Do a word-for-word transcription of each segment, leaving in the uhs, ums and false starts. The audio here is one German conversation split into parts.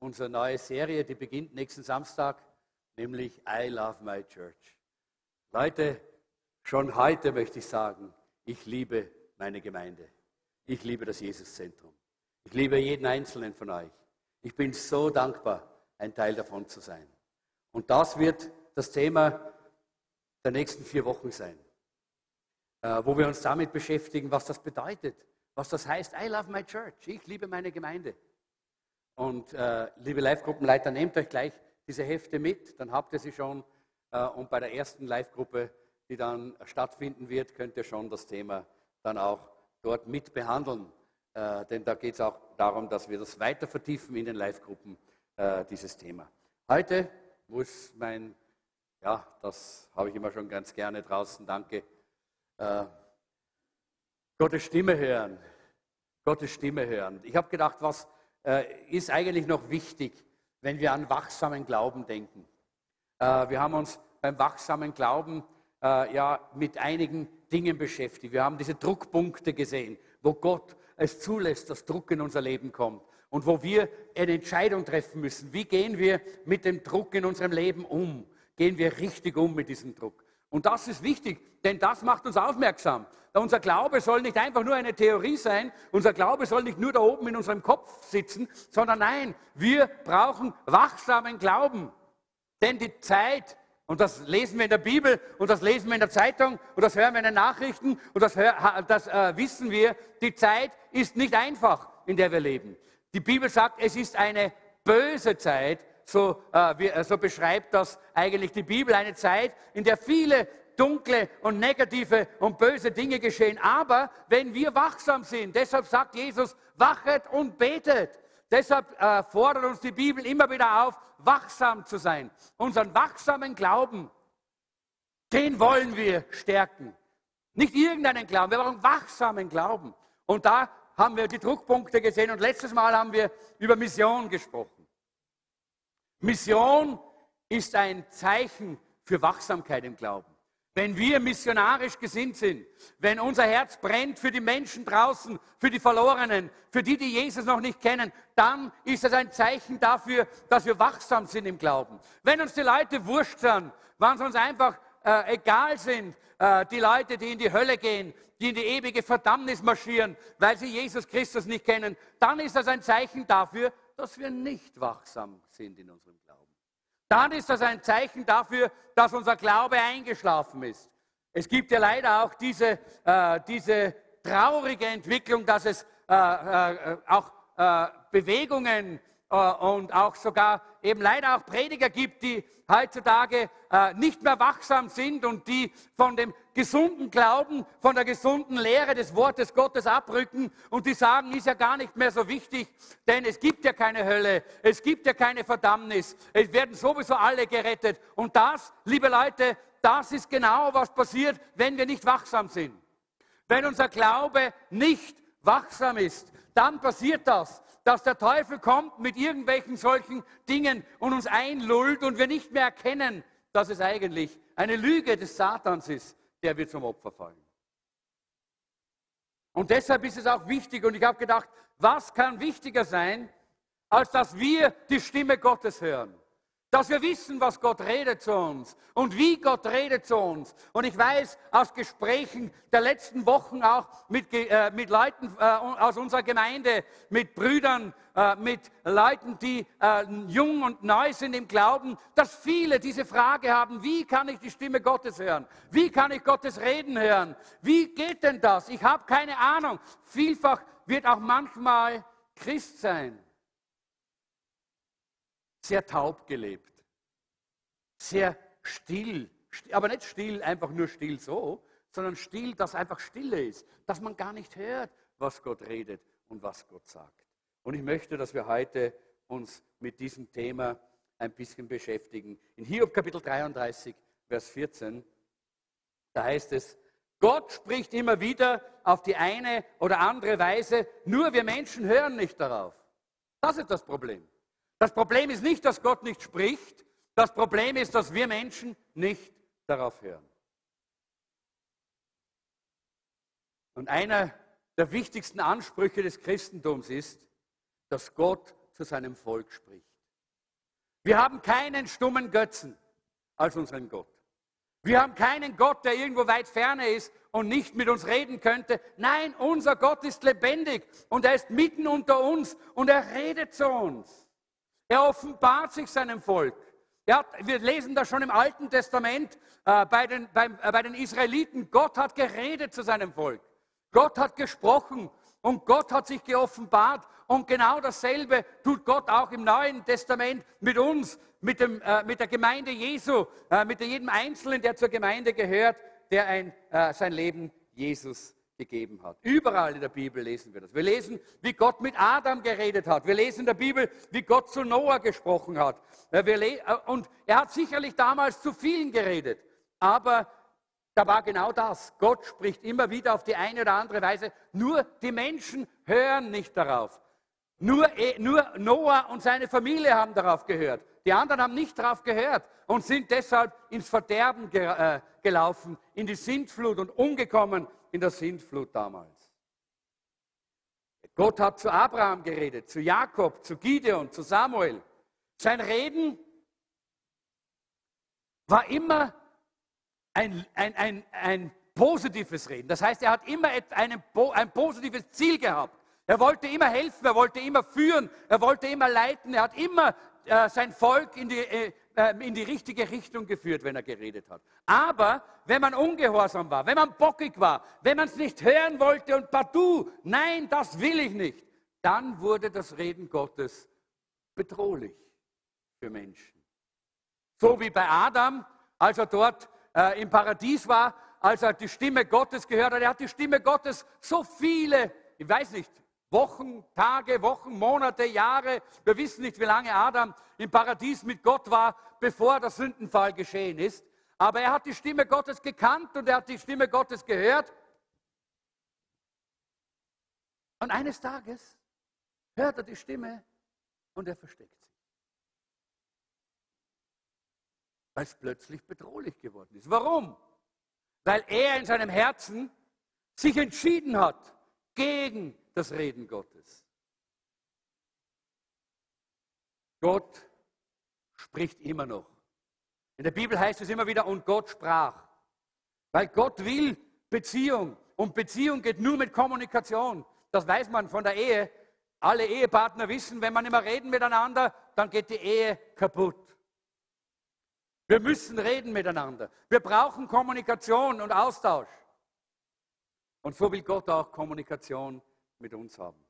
unsere neue Serie, die beginnt nächsten Samstag, nämlich I Love My Church. Leute, schon heute möchte ich sagen, ich liebe meine Gemeinde. Ich liebe das Jesuszentrum. Ich liebe jeden Einzelnen von euch. Ich bin so dankbar, ein Teil davon zu sein. Und das wird das Thema der nächsten vier Wochen sein, äh, wo wir uns damit beschäftigen, was das bedeutet, was das heißt, I love my church, ich liebe meine Gemeinde. Und äh, liebe Live-Gruppenleiter, nehmt euch gleich diese Hefte mit, dann habt ihr sie schon. Äh, und bei der ersten Live-Gruppe, die dann stattfinden wird, könnt ihr schon das Thema dann auch dort mit behandeln. Äh, denn da geht es auch darum, dass wir das weiter vertiefen in den Live-Gruppen, äh, dieses Thema. Heute muss mein, ja, das habe ich immer schon ganz gerne draußen, danke, äh, Gottes Stimme hören. Gottes Stimme hören. Ich habe gedacht, was äh, ist eigentlich noch wichtig, wenn wir an wachsamen Glauben denken? Äh, wir haben uns beim wachsamen Glauben äh, ja mit einigen Dingen beschäftigt. Wir haben diese Druckpunkte gesehen, wo Gott es zulässt, dass Druck in unser Leben kommt und wo wir eine Entscheidung treffen müssen. Wie gehen wir mit dem Druck in unserem Leben um? Gehen wir richtig um mit diesem Druck? Und das ist wichtig, denn das macht uns aufmerksam. Unser Glaube soll nicht einfach nur eine Theorie sein, unser Glaube soll nicht nur da oben in unserem Kopf sitzen, sondern nein, wir brauchen wachsamen Glauben. Denn die Zeit, und das lesen wir in der Bibel und das lesen wir in der Zeitung und das hören wir in den Nachrichten und das, das äh, wissen wir, die Zeit ist nicht einfach, in der wir leben. Die Bibel sagt, es ist eine böse Zeit, so, äh, wie, äh, so beschreibt das eigentlich die Bibel, eine Zeit, in der viele dunkle und negative und böse Dinge geschehen. Aber wenn wir wachsam sind, deshalb sagt Jesus, wachet und betet. Deshalb äh, fordert uns die Bibel immer wieder auf, wachsam zu sein. Unseren wachsamen Glauben, den wollen wir stärken. Nicht irgendeinen Glauben, wir brauchen wachsamen Glauben. Und da haben wir die Druckpunkte gesehen und letztes Mal haben wir über Mission gesprochen. Mission ist ein Zeichen für Wachsamkeit im Glauben. Wenn wir missionarisch gesinnt sind, wenn unser Herz brennt für die Menschen draußen, für die Verlorenen, für die, die Jesus noch nicht kennen, dann ist das ein Zeichen dafür, dass wir wachsam sind im Glauben. Wenn uns die Leute wurscht sind, wenn sie uns einfach äh, egal sind, äh, die Leute, die in die Hölle gehen, die in die ewige Verdammnis marschieren, weil sie Jesus Christus nicht kennen, dann ist das ein Zeichen dafür, dass wir nicht wachsam sind in unserem Glauben. Dann ist das ein Zeichen dafür, dass unser Glaube eingeschlafen ist. Es gibt ja leider auch diese, äh, diese traurige Entwicklung, dass es äh, äh, auch äh, Bewegungen äh, und auch sogar eben leider auch Prediger gibt, die heutzutage äh, nicht mehr wachsam sind und die von dem gesunden Glauben, von der gesunden Lehre des Wortes Gottes abrücken und die sagen, ist ja gar nicht mehr so wichtig, denn es gibt ja keine Hölle, es gibt ja keine Verdammnis, es werden sowieso alle gerettet. Und das, liebe Leute, das ist genau, was passiert, wenn wir nicht wachsam sind. Wenn unser Glaube nicht wachsam ist, dann passiert das, dass der Teufel kommt mit irgendwelchen solchen Dingen und uns einlullt und wir nicht mehr erkennen, dass es eigentlich eine Lüge des Satans ist, der wir zum Opfer fallen. Und deshalb ist es auch wichtig, und ich habe gedacht, was kann wichtiger sein, als dass wir die Stimme Gottes hören? Dass wir wissen, was Gott redet zu uns und wie Gott redet zu uns. Und ich weiß aus Gesprächen der letzten Wochen auch mit, äh, mit Leuten äh, aus unserer Gemeinde, mit Brüdern, äh, mit Leuten, die äh, jung und neu sind im Glauben, dass viele diese Frage haben, wie kann ich die Stimme Gottes hören? Wie kann ich Gottes Reden hören? Wie geht denn das? Ich habe keine Ahnung. Vielfach wird auch manchmal Christsein sehr taub gelebt, sehr still, aber nicht still, einfach nur still so, sondern still, dass einfach Stille ist, dass man gar nicht hört, was Gott redet und was Gott sagt. Und ich möchte, dass wir heute uns mit diesem Thema ein bisschen beschäftigen. In Hiob Kapitel dreiunddreißig, Vers vierzehn, da heißt es, Gott spricht immer wieder auf die eine oder andere Weise, nur wir Menschen hören nicht darauf. Das ist das Problem. Das Problem ist nicht, dass Gott nicht spricht, das Problem ist, dass wir Menschen nicht darauf hören. Und einer der wichtigsten Ansprüche des Christentums ist, dass Gott zu seinem Volk spricht. Wir haben keinen stummen Götzen als unseren Gott. Wir haben keinen Gott, der irgendwo weit ferne ist und nicht mit uns reden könnte. Nein, unser Gott ist lebendig und er ist mitten unter uns und er redet zu uns. Er offenbart sich seinem Volk. Er hat, wir lesen das schon im Alten Testament äh, bei, den, beim, äh, bei den Israeliten. Gott hat geredet zu seinem Volk. Gott hat gesprochen und Gott hat sich geoffenbart. Und genau dasselbe tut Gott auch im Neuen Testament mit uns, mit, dem, äh, mit der Gemeinde Jesu, äh, mit jedem Einzelnen, der zur Gemeinde gehört, der ein, äh, sein Leben Jesus gegeben hat. Überall in der Bibel lesen wir das. Wir lesen, wie Gott mit Adam geredet hat. Wir lesen in der Bibel, wie Gott zu Noah gesprochen hat. Äh, wir le- äh, und er hat sicherlich damals zu vielen geredet, aber da war genau das. Gott spricht immer wieder auf die eine oder andere Weise. Nur die Menschen hören nicht darauf. Nur, nur Noah und seine Familie haben darauf gehört. Die anderen haben nicht darauf gehört und sind deshalb ins Verderben ge äh, gelaufen, in die Sintflut und umgekommen in der Sintflut damals. Gott hat zu Abraham geredet, zu Jakob, zu Gideon, zu Samuel. Sein Reden war immer ein, ein, ein, ein positives Reden. Das heißt, er hat immer ein, ein positives Ziel gehabt. Er wollte immer helfen, er wollte immer führen, er wollte immer leiten, er hat immer äh, sein Volk in die, äh, in die richtige Richtung geführt, wenn er geredet hat. Aber wenn man ungehorsam war, wenn man bockig war, wenn man es nicht hören wollte und partout, nein, das will ich nicht, dann wurde das Reden Gottes bedrohlich für Menschen. So wie bei Adam, als er dort äh, im Paradies war, als er die Stimme Gottes gehört hat. Er hat die Stimme Gottes so viele, ich weiß nicht, Wochen, Tage, Wochen, Monate, Jahre, wir wissen nicht, wie lange Adam im Paradies mit Gott war, bevor der Sündenfall geschehen ist. Aber er hat die Stimme Gottes gekannt und er hat die Stimme Gottes gehört. Und eines Tages hört er die Stimme und er versteckt sich. Weil es plötzlich bedrohlich geworden ist. Warum? Weil er in seinem Herzen sich entschieden hat gegen das Reden Gottes. Gott spricht immer noch. In der Bibel heißt es immer wieder, und Gott sprach. Weil Gott will Beziehung. Und Beziehung geht nur mit Kommunikation. Das weiß man von der Ehe. Alle Ehepartner wissen, wenn man immer reden miteinander, dann geht die Ehe kaputt. Wir müssen reden miteinander. Wir brauchen Kommunikation und Austausch. Und so will Gott auch Kommunikation mit uns haben.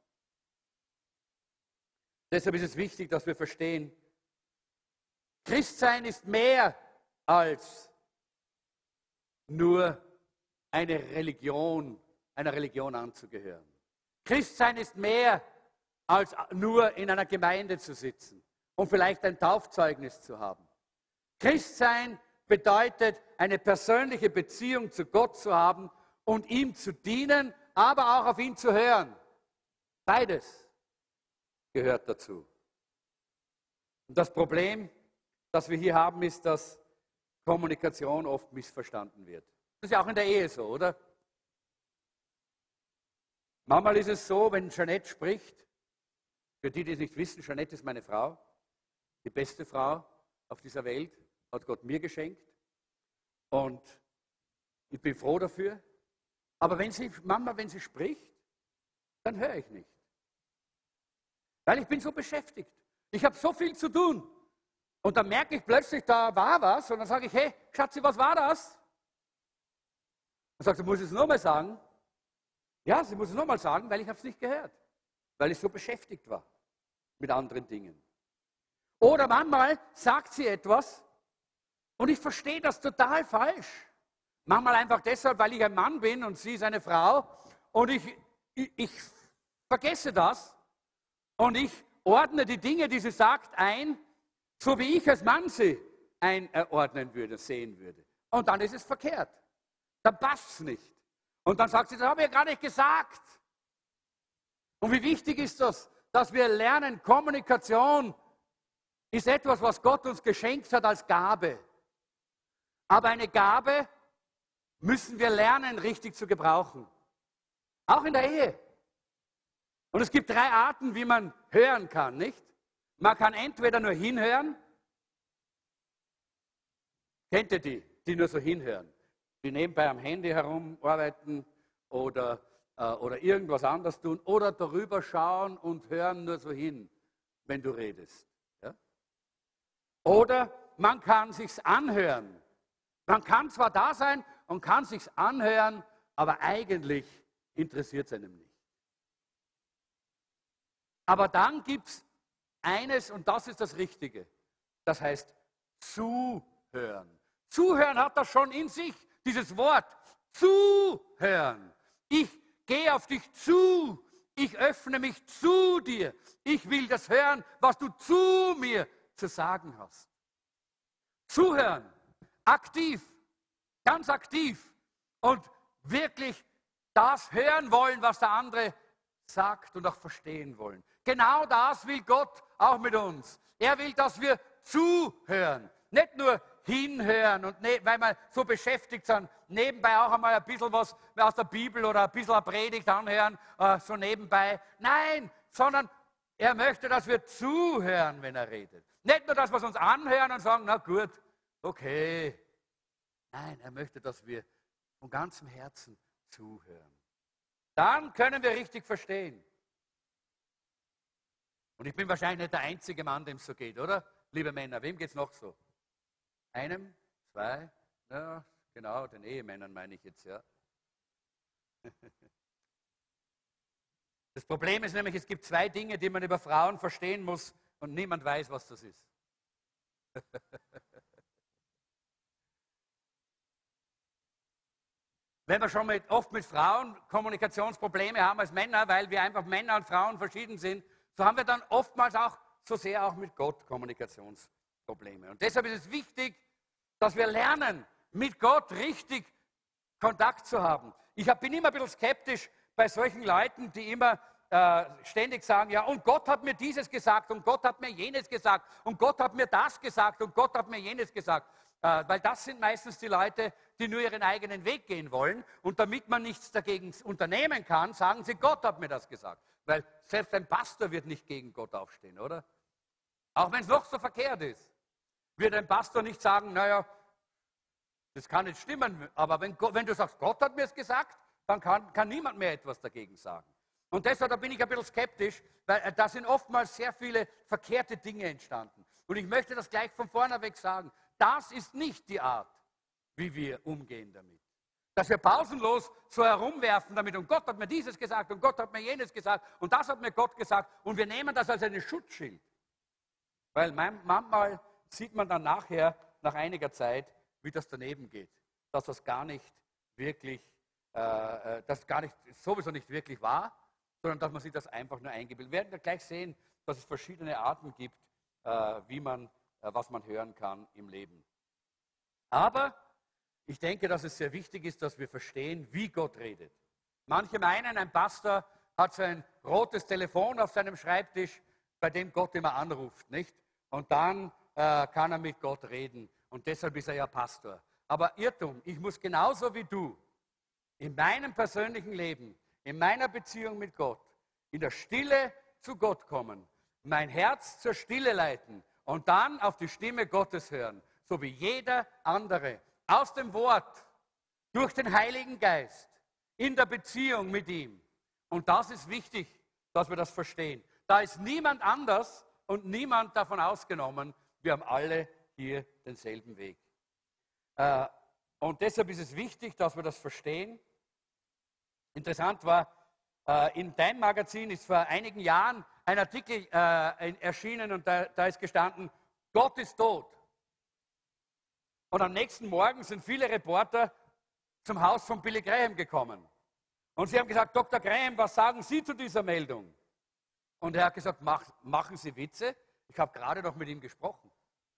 Deshalb ist es wichtig, dass wir verstehen, Christsein ist mehr als nur eine Religion, einer Religion anzugehören. Christsein ist mehr als nur in einer Gemeinde zu sitzen und vielleicht ein Taufzeugnis zu haben. Christsein bedeutet, eine persönliche Beziehung zu Gott zu haben und ihm zu dienen, aber auch auf ihn zu hören. Beides gehört dazu. Und das Problem, das wir hier haben, ist, dass Kommunikation oft missverstanden wird. Das ist ja auch in der Ehe so, oder? Manchmal ist es so, wenn Jeanette spricht, für die, die es nicht wissen, Jeanette ist meine Frau, die beste Frau auf dieser Welt, hat Gott mir geschenkt. Und ich bin froh dafür. Aber wenn sie, Mama, wenn sie spricht, dann höre ich nicht. Weil ich bin so beschäftigt. Ich habe so viel zu tun. Und dann merke ich plötzlich, da war was. Und dann sage ich, hey, Schatzi, was war das? Dann sagt sie, muss ich es nochmal sagen? Ja, sie muss es nochmal sagen, weil ich habe es nicht gehört. Weil ich so beschäftigt war mit anderen Dingen. Oder manchmal sagt sie etwas und ich verstehe das total falsch. Manchmal einfach deshalb, weil ich ein Mann bin und sie ist eine Frau und ich, ich, ich vergesse das und ich ordne die Dinge, die sie sagt, ein, so wie ich als Mann sie einordnen würde, sehen würde. Und dann ist es verkehrt. Dann passt es nicht. Und dann sagt sie, das habe ich ja gar nicht gesagt. Und wie wichtig ist das, dass wir lernen, Kommunikation ist etwas, was Gott uns geschenkt hat als Gabe. Aber eine Gabe müssen wir lernen, richtig zu gebrauchen. Auch in der Ehe. Und es gibt drei Arten, wie man hören kann, nicht? Man kann entweder nur hinhören, Kennt ihr die, die nur so hinhören? Die nebenbei am Handy herumarbeiten oder, äh, oder irgendwas anderes tun oder darüber schauen und hören nur so hin, wenn du redest. Ja? Oder man kann sich's anhören. Man kann zwar da sein und kann sich's anhören, aber eigentlich interessiert es einem nicht. Aber dann gibt es eines, und das ist das Richtige. Das heißt zuhören. Zuhören hat das schon in sich, dieses Wort. Zuhören. Ich gehe auf dich zu. Ich öffne mich zu dir. Ich will das hören, was du zu mir zu sagen hast. Zuhören. Aktiv. Ganz aktiv. Und wirklich das hören wollen, was der andere sagt und auch verstehen wollen. Genau das will Gott auch mit uns. Er will, dass wir zuhören. Nicht nur hinhören und ne, weil wir so beschäftigt sind, nebenbei auch einmal ein bisschen was aus der Bibel oder ein bisschen eine Predigt anhören, äh, so nebenbei. Nein, sondern er möchte, dass wir zuhören, wenn er redet. Nicht nur, dass wir es uns anhören und sagen, na gut, okay. Nein, er möchte, dass wir von ganzem Herzen zuhören. Dann können wir richtig verstehen. Und ich bin wahrscheinlich nicht der einzige Mann, dem es so geht, oder? Liebe Männer, wem geht es noch so? Einem? Zwei? Ja, genau, den Ehemännern meine ich jetzt, ja. Das Problem ist nämlich, es gibt zwei Dinge, die man über Frauen verstehen muss und niemand weiß, was das ist. Wenn wir schon mit, oft mit Frauen Kommunikationsprobleme haben als Männer, weil wir einfach Männer und Frauen verschieden sind, so haben wir dann oftmals auch so sehr auch mit Gott Kommunikationsprobleme. Und deshalb ist es wichtig, dass wir lernen, mit Gott richtig Kontakt zu haben. Ich bin immer ein bisschen skeptisch bei solchen Leuten, die immer äh, ständig sagen, ja, und Gott hat mir dieses gesagt und Gott hat mir jenes gesagt und Gott hat mir das gesagt und Gott hat mir jenes gesagt. Äh, weil das sind meistens die Leute, die nur ihren eigenen Weg gehen wollen. Und damit man nichts dagegen unternehmen kann, sagen sie, Gott hat mir das gesagt. Weil selbst ein Pastor wird nicht gegen Gott aufstehen, oder? Auch wenn es noch so verkehrt ist, wird ein Pastor nicht sagen, naja, das kann nicht stimmen. Aber wenn, wenn du sagst, Gott hat mir es gesagt, dann kann, kann niemand mehr etwas dagegen sagen. Und deshalb da bin ich ein bisschen skeptisch, weil äh, da sind oftmals sehr viele verkehrte Dinge entstanden. Und ich möchte das gleich von vorne weg sagen. Das ist nicht die Art, wie wir umgehen damit. Dass wir pausenlos so herumwerfen damit und Gott hat mir dieses gesagt und Gott hat mir jenes gesagt und das hat mir Gott gesagt und wir nehmen das als ein Schutzschild. Weil manchmal sieht man dann nachher, nach einiger Zeit, wie das daneben geht. Dass das gar nicht wirklich, äh, das gar nicht, sowieso nicht wirklich war, sondern dass man sich das einfach nur eingebildet. Wir werden gleich sehen, dass es verschiedene Arten gibt, äh, wie man was man hören kann im Leben. Aber ich denke, dass es sehr wichtig ist, dass wir verstehen, wie Gott redet. Manche meinen, ein Pastor hat so ein rotes Telefon auf seinem Schreibtisch, bei dem Gott immer anruft, nicht? Und dann äh, kann er mit Gott reden und deshalb ist er ja Pastor. Aber Irrtum, ich muss genauso wie du in meinem persönlichen Leben, in meiner Beziehung mit Gott, in der Stille zu Gott kommen, mein Herz zur Stille leiten, und dann auf die Stimme Gottes hören, so wie jeder andere, aus dem Wort, durch den Heiligen Geist, in der Beziehung mit ihm. Und das ist wichtig, dass wir das verstehen. Da ist niemand anders und niemand davon ausgenommen. Wir haben alle hier denselben Weg. Und deshalb ist es wichtig, dass wir das verstehen. Interessant war, in Time Magazin ist vor einigen Jahren ein Artikel äh, erschienen und da, da ist gestanden, Gott ist tot. Und am nächsten Morgen sind viele Reporter zum Haus von Billy Graham gekommen. Und sie haben gesagt, Doktor Graham, was sagen Sie zu dieser Meldung? Und er hat gesagt, Mach, machen Sie Witze? Ich habe gerade noch mit ihm gesprochen.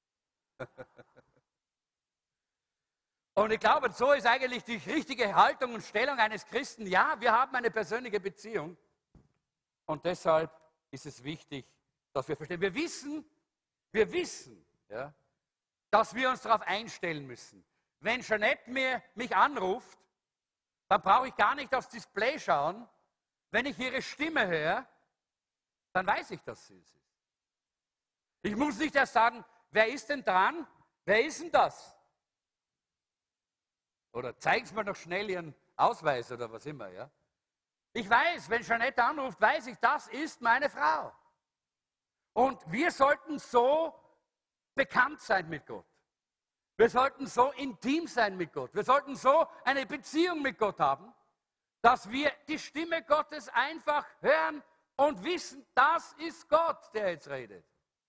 Und ich glaube, so ist eigentlich die richtige Haltung und Stellung eines Christen. Ja, wir haben eine persönliche Beziehung. Und deshalb ist es wichtig, dass wir verstehen. Wir wissen, wir wissen, ja, dass wir uns darauf einstellen müssen. Wenn Jeanette mir, mich anruft, dann brauche ich gar nicht aufs Display schauen. Wenn ich ihre Stimme höre, dann weiß ich, dass sie es ist. Ich muss nicht erst sagen, wer ist denn dran? Wer ist denn das? Oder zeigen Sie mir noch schnell Ihren Ausweis oder was immer. Ja? Ich weiß, wenn Jeanette anruft, weiß ich, das ist meine Frau. Und wir sollten so bekannt sein mit Gott. Wir sollten so intim sein mit Gott. Wir sollten so eine Beziehung mit Gott haben, dass wir die Stimme Gottes einfach hören und wissen, das ist Gott, der jetzt redet.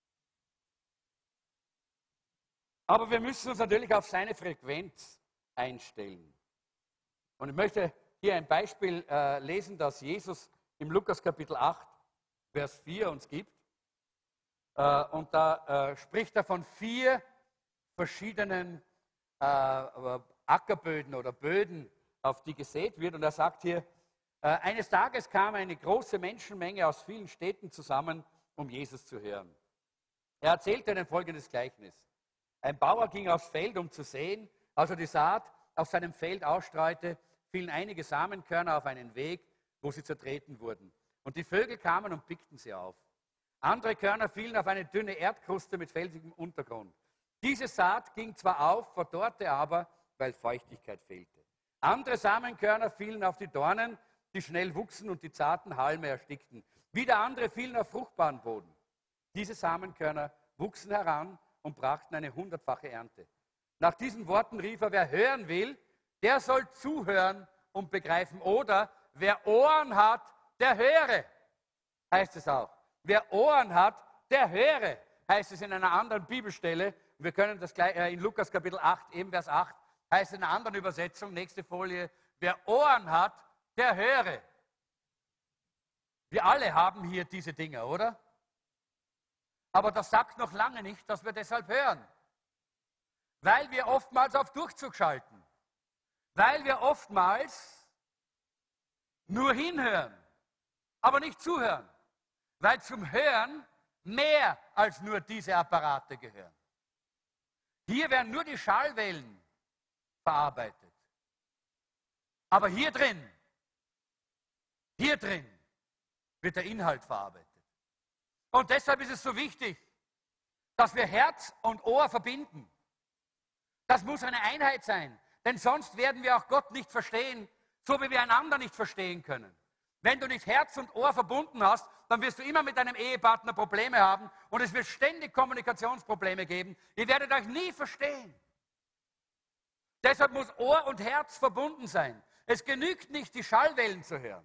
Aber wir müssen uns natürlich auf seine Frequenz einstellen. Und ich möchte hier ein Beispiel äh, lesen, das Jesus im Lukas Kapitel acht, Vers vier uns gibt. Äh, und da äh, spricht er von vier verschiedenen äh, Ackerböden oder Böden, auf die gesät wird. Und er sagt hier, äh, eines Tages kam eine große Menschenmenge aus vielen Städten zusammen, um Jesus zu hören. Er erzählte ihnen folgendes Gleichnis. Ein Bauer ging aufs Feld, um zu säen. Als er die Saat auf seinem Feld ausstreute, fielen einige Samenkörner auf einen Weg, wo sie zertreten wurden. Und die Vögel kamen und pickten sie auf. Andere Körner fielen auf eine dünne Erdkruste mit felsigem Untergrund. Diese Saat ging zwar auf, verdorrte aber, weil Feuchtigkeit fehlte. Andere Samenkörner fielen auf die Dornen, die schnell wuchsen und die zarten Halme erstickten. Wieder andere fielen auf fruchtbaren Boden. Diese Samenkörner wuchsen heran und brachten eine hundertfache Ernte. Nach diesen Worten rief er, wer hören will, der soll zuhören und begreifen. Oder wer Ohren hat, der höre, heißt es auch. Wer Ohren hat, der höre, heißt es in einer anderen Bibelstelle. Wir können das gleich in Lukas Kapitel acht, eben Vers acht, heißt in einer anderen Übersetzung, nächste Folie, wer Ohren hat, der höre. Wir alle haben hier diese Dinge, oder? Aber das sagt noch lange nicht, dass wir deshalb hören. Weil wir oftmals auf Durchzug schalten. Weil wir oftmals nur hinhören, aber nicht zuhören. Weil zum Hören mehr als nur diese Apparate gehören. Hier werden nur die Schallwellen verarbeitet. Aber hier drin, hier drin wird der Inhalt verarbeitet. Und deshalb ist es so wichtig, dass wir Herz und Ohr verbinden. Das muss eine Einheit sein, denn sonst werden wir auch Gott nicht verstehen, so wie wir einander nicht verstehen können. Wenn du nicht Herz und Ohr verbunden hast, dann wirst du immer mit deinem Ehepartner Probleme haben und es wird ständig Kommunikationsprobleme geben. Ihr werdet euch nie verstehen. Deshalb muss Ohr und Herz verbunden sein. Es genügt nicht, die Schallwellen zu hören.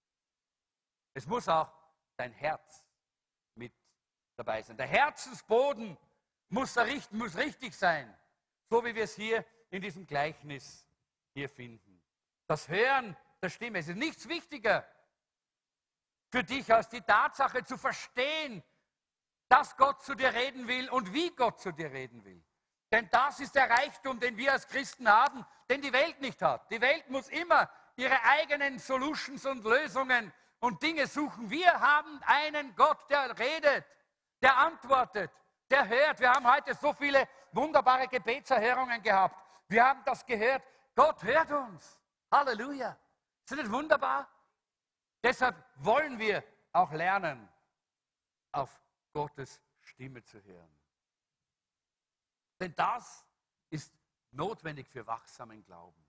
Es muss auch dein Herz mit dabei sein. Der Herzensboden muss, muss richtig sein, so wie wir es hier in diesem Gleichnis hier finden. Das Hören der Stimme. Es ist nichts wichtiger für dich, als die Tatsache zu verstehen, dass Gott zu dir reden will und wie Gott zu dir reden will. Denn das ist der Reichtum, den wir als Christen haben, den die Welt nicht hat. Die Welt muss immer ihre eigenen Solutions und Lösungen und Dinge suchen. Wir haben einen Gott, der redet, der antwortet, der hört. Wir haben heute so viele wunderbare Gebetserhörungen gehabt. Wir haben das gehört. Gott hört uns. Halleluja. Ist das nicht wunderbar? Deshalb wollen wir auch lernen, auf Gottes Stimme zu hören. Denn das ist notwendig für wachsamen Glauben.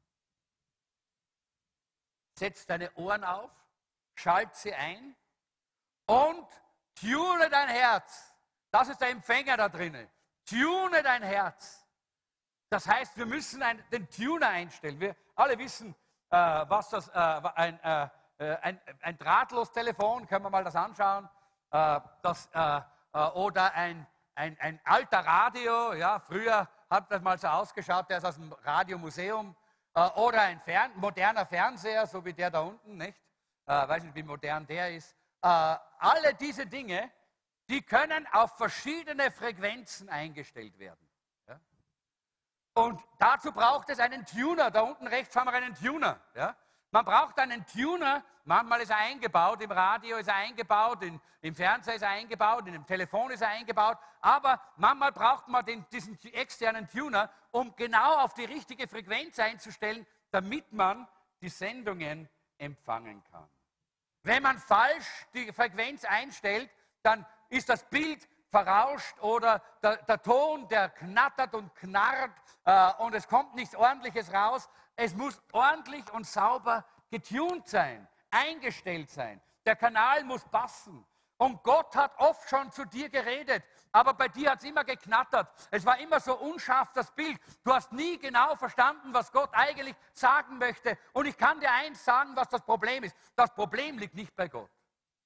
Setz deine Ohren auf, schalt sie ein und tune dein Herz. Das ist der Empfänger da drinnen. Tune dein Herz. Das heißt, wir müssen einen, den Tuner einstellen. Wir alle wissen, äh, was das, äh, ein, äh, ein, ein drahtloses Telefon, können wir mal das anschauen, äh, das, äh, äh, oder ein, ein, ein alter Radio, ja, früher hat das mal so ausgeschaut, der ist aus dem Radiomuseum, äh, oder ein Fern moderner Fernseher, so wie der da unten, nicht? Äh, weiß nicht, wie modern der ist. Äh, alle diese Dinge, die können auf verschiedene Frequenzen eingestellt werden. Ja? Und dazu braucht es einen Tuner. Da unten rechts haben wir einen Tuner. Ja? Man braucht einen Tuner. Manchmal ist er eingebaut, im Radio ist er eingebaut, in, im Fernseher ist er eingebaut, in dem Telefon ist er eingebaut. Aber manchmal braucht man den, diesen externen Tuner, um genau auf die richtige Frequenz einzustellen, damit man die Sendungen empfangen kann. Wenn man falsch die Frequenz einstellt, dann ist das Bild verrauscht oder der, der Ton, der knattert und knarrt äh, und es kommt nichts Ordentliches raus. Es muss ordentlich und sauber getuned sein, eingestellt sein. Der Kanal muss passen. Und Gott hat oft schon zu dir geredet, aber bei dir hat es immer geknattert. Es war immer so unscharf, das Bild. Du hast nie genau verstanden, was Gott eigentlich sagen möchte. Und ich kann dir eins sagen, was das Problem ist. Das Problem liegt nicht bei Gott.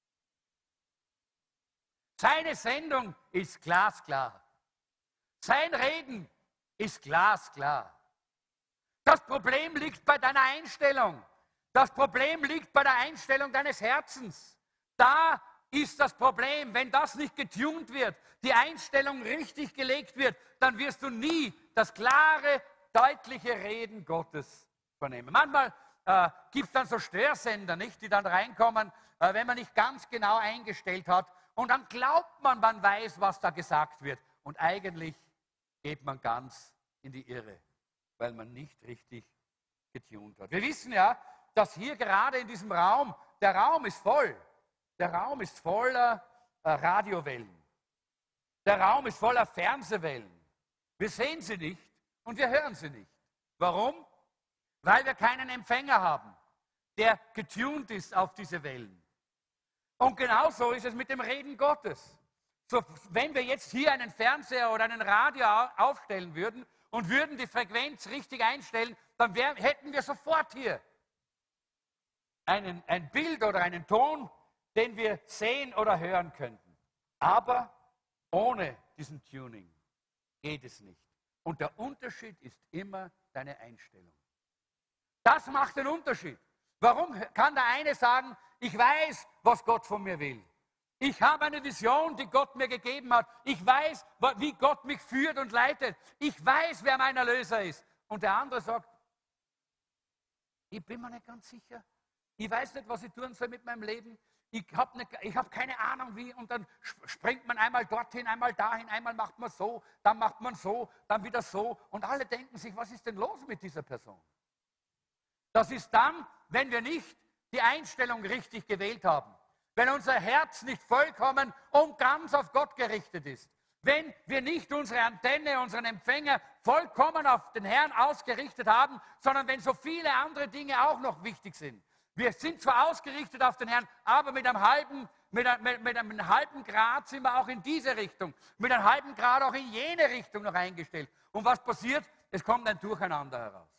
Seine Sendung ist glasklar. Sein Reden ist glasklar. Das Problem liegt bei deiner Einstellung. Das Problem liegt bei der Einstellung deines Herzens. Da ist das Problem. Wenn das nicht getunt wird, die Einstellung richtig gelegt wird, dann wirst du nie das klare, deutliche Reden Gottes vernehmen. Manchmal äh, gibt es dann so Störsender, nicht, die dann reinkommen, äh, wenn man nicht ganz genau eingestellt hat. Und dann glaubt man, man weiß, was da gesagt wird. Und eigentlich geht man ganz in die Irre, weil man nicht richtig getunt hat. Wir wissen ja, dass hier gerade in diesem Raum, der Raum ist voll. Der Raum ist voller äh, Radiowellen. Der Raum ist voller Fernsehwellen. Wir sehen sie nicht und wir hören sie nicht. Warum? Weil wir keinen Empfänger haben, der getunt ist auf diese Wellen. Und genauso ist es mit dem Reden Gottes. So, wenn wir jetzt hier einen Fernseher oder einen Radio aufstellen würden und würden die Frequenz richtig einstellen, dann wär, hätten wir sofort hier einen, ein Bild oder einen Ton, den wir sehen oder hören könnten. Aber ohne diesen Tuning geht es nicht. Und der Unterschied ist immer deine Einstellung. Das macht den Unterschied. Warum kann der eine sagen, ich weiß, was Gott von mir will. Ich habe eine Vision, die Gott mir gegeben hat. Ich weiß, wie Gott mich führt und leitet. Ich weiß, wer mein Erlöser ist. Und der andere sagt, ich bin mir nicht ganz sicher. Ich weiß nicht, was ich tun soll mit meinem Leben. Ich habe hab keine Ahnung wie. Und dann springt man einmal dorthin, einmal dahin, einmal macht man so, dann macht man so, dann wieder so. Und alle denken sich, was ist denn los mit dieser Person? Das ist dann, wenn wir nicht die Einstellung richtig gewählt haben. Wenn unser Herz nicht vollkommen und ganz auf Gott gerichtet ist. Wenn wir nicht unsere Antenne, unseren Empfänger vollkommen auf den Herrn ausgerichtet haben, sondern wenn so viele andere Dinge auch noch wichtig sind. Wir sind zwar ausgerichtet auf den Herrn, aber mit einem halben, mit einem, mit, mit einem halben Grad sind wir auch in diese Richtung. Mit einem halben Grad auch in jene Richtung noch eingestellt. Und was passiert? Es kommt ein Durcheinander heraus.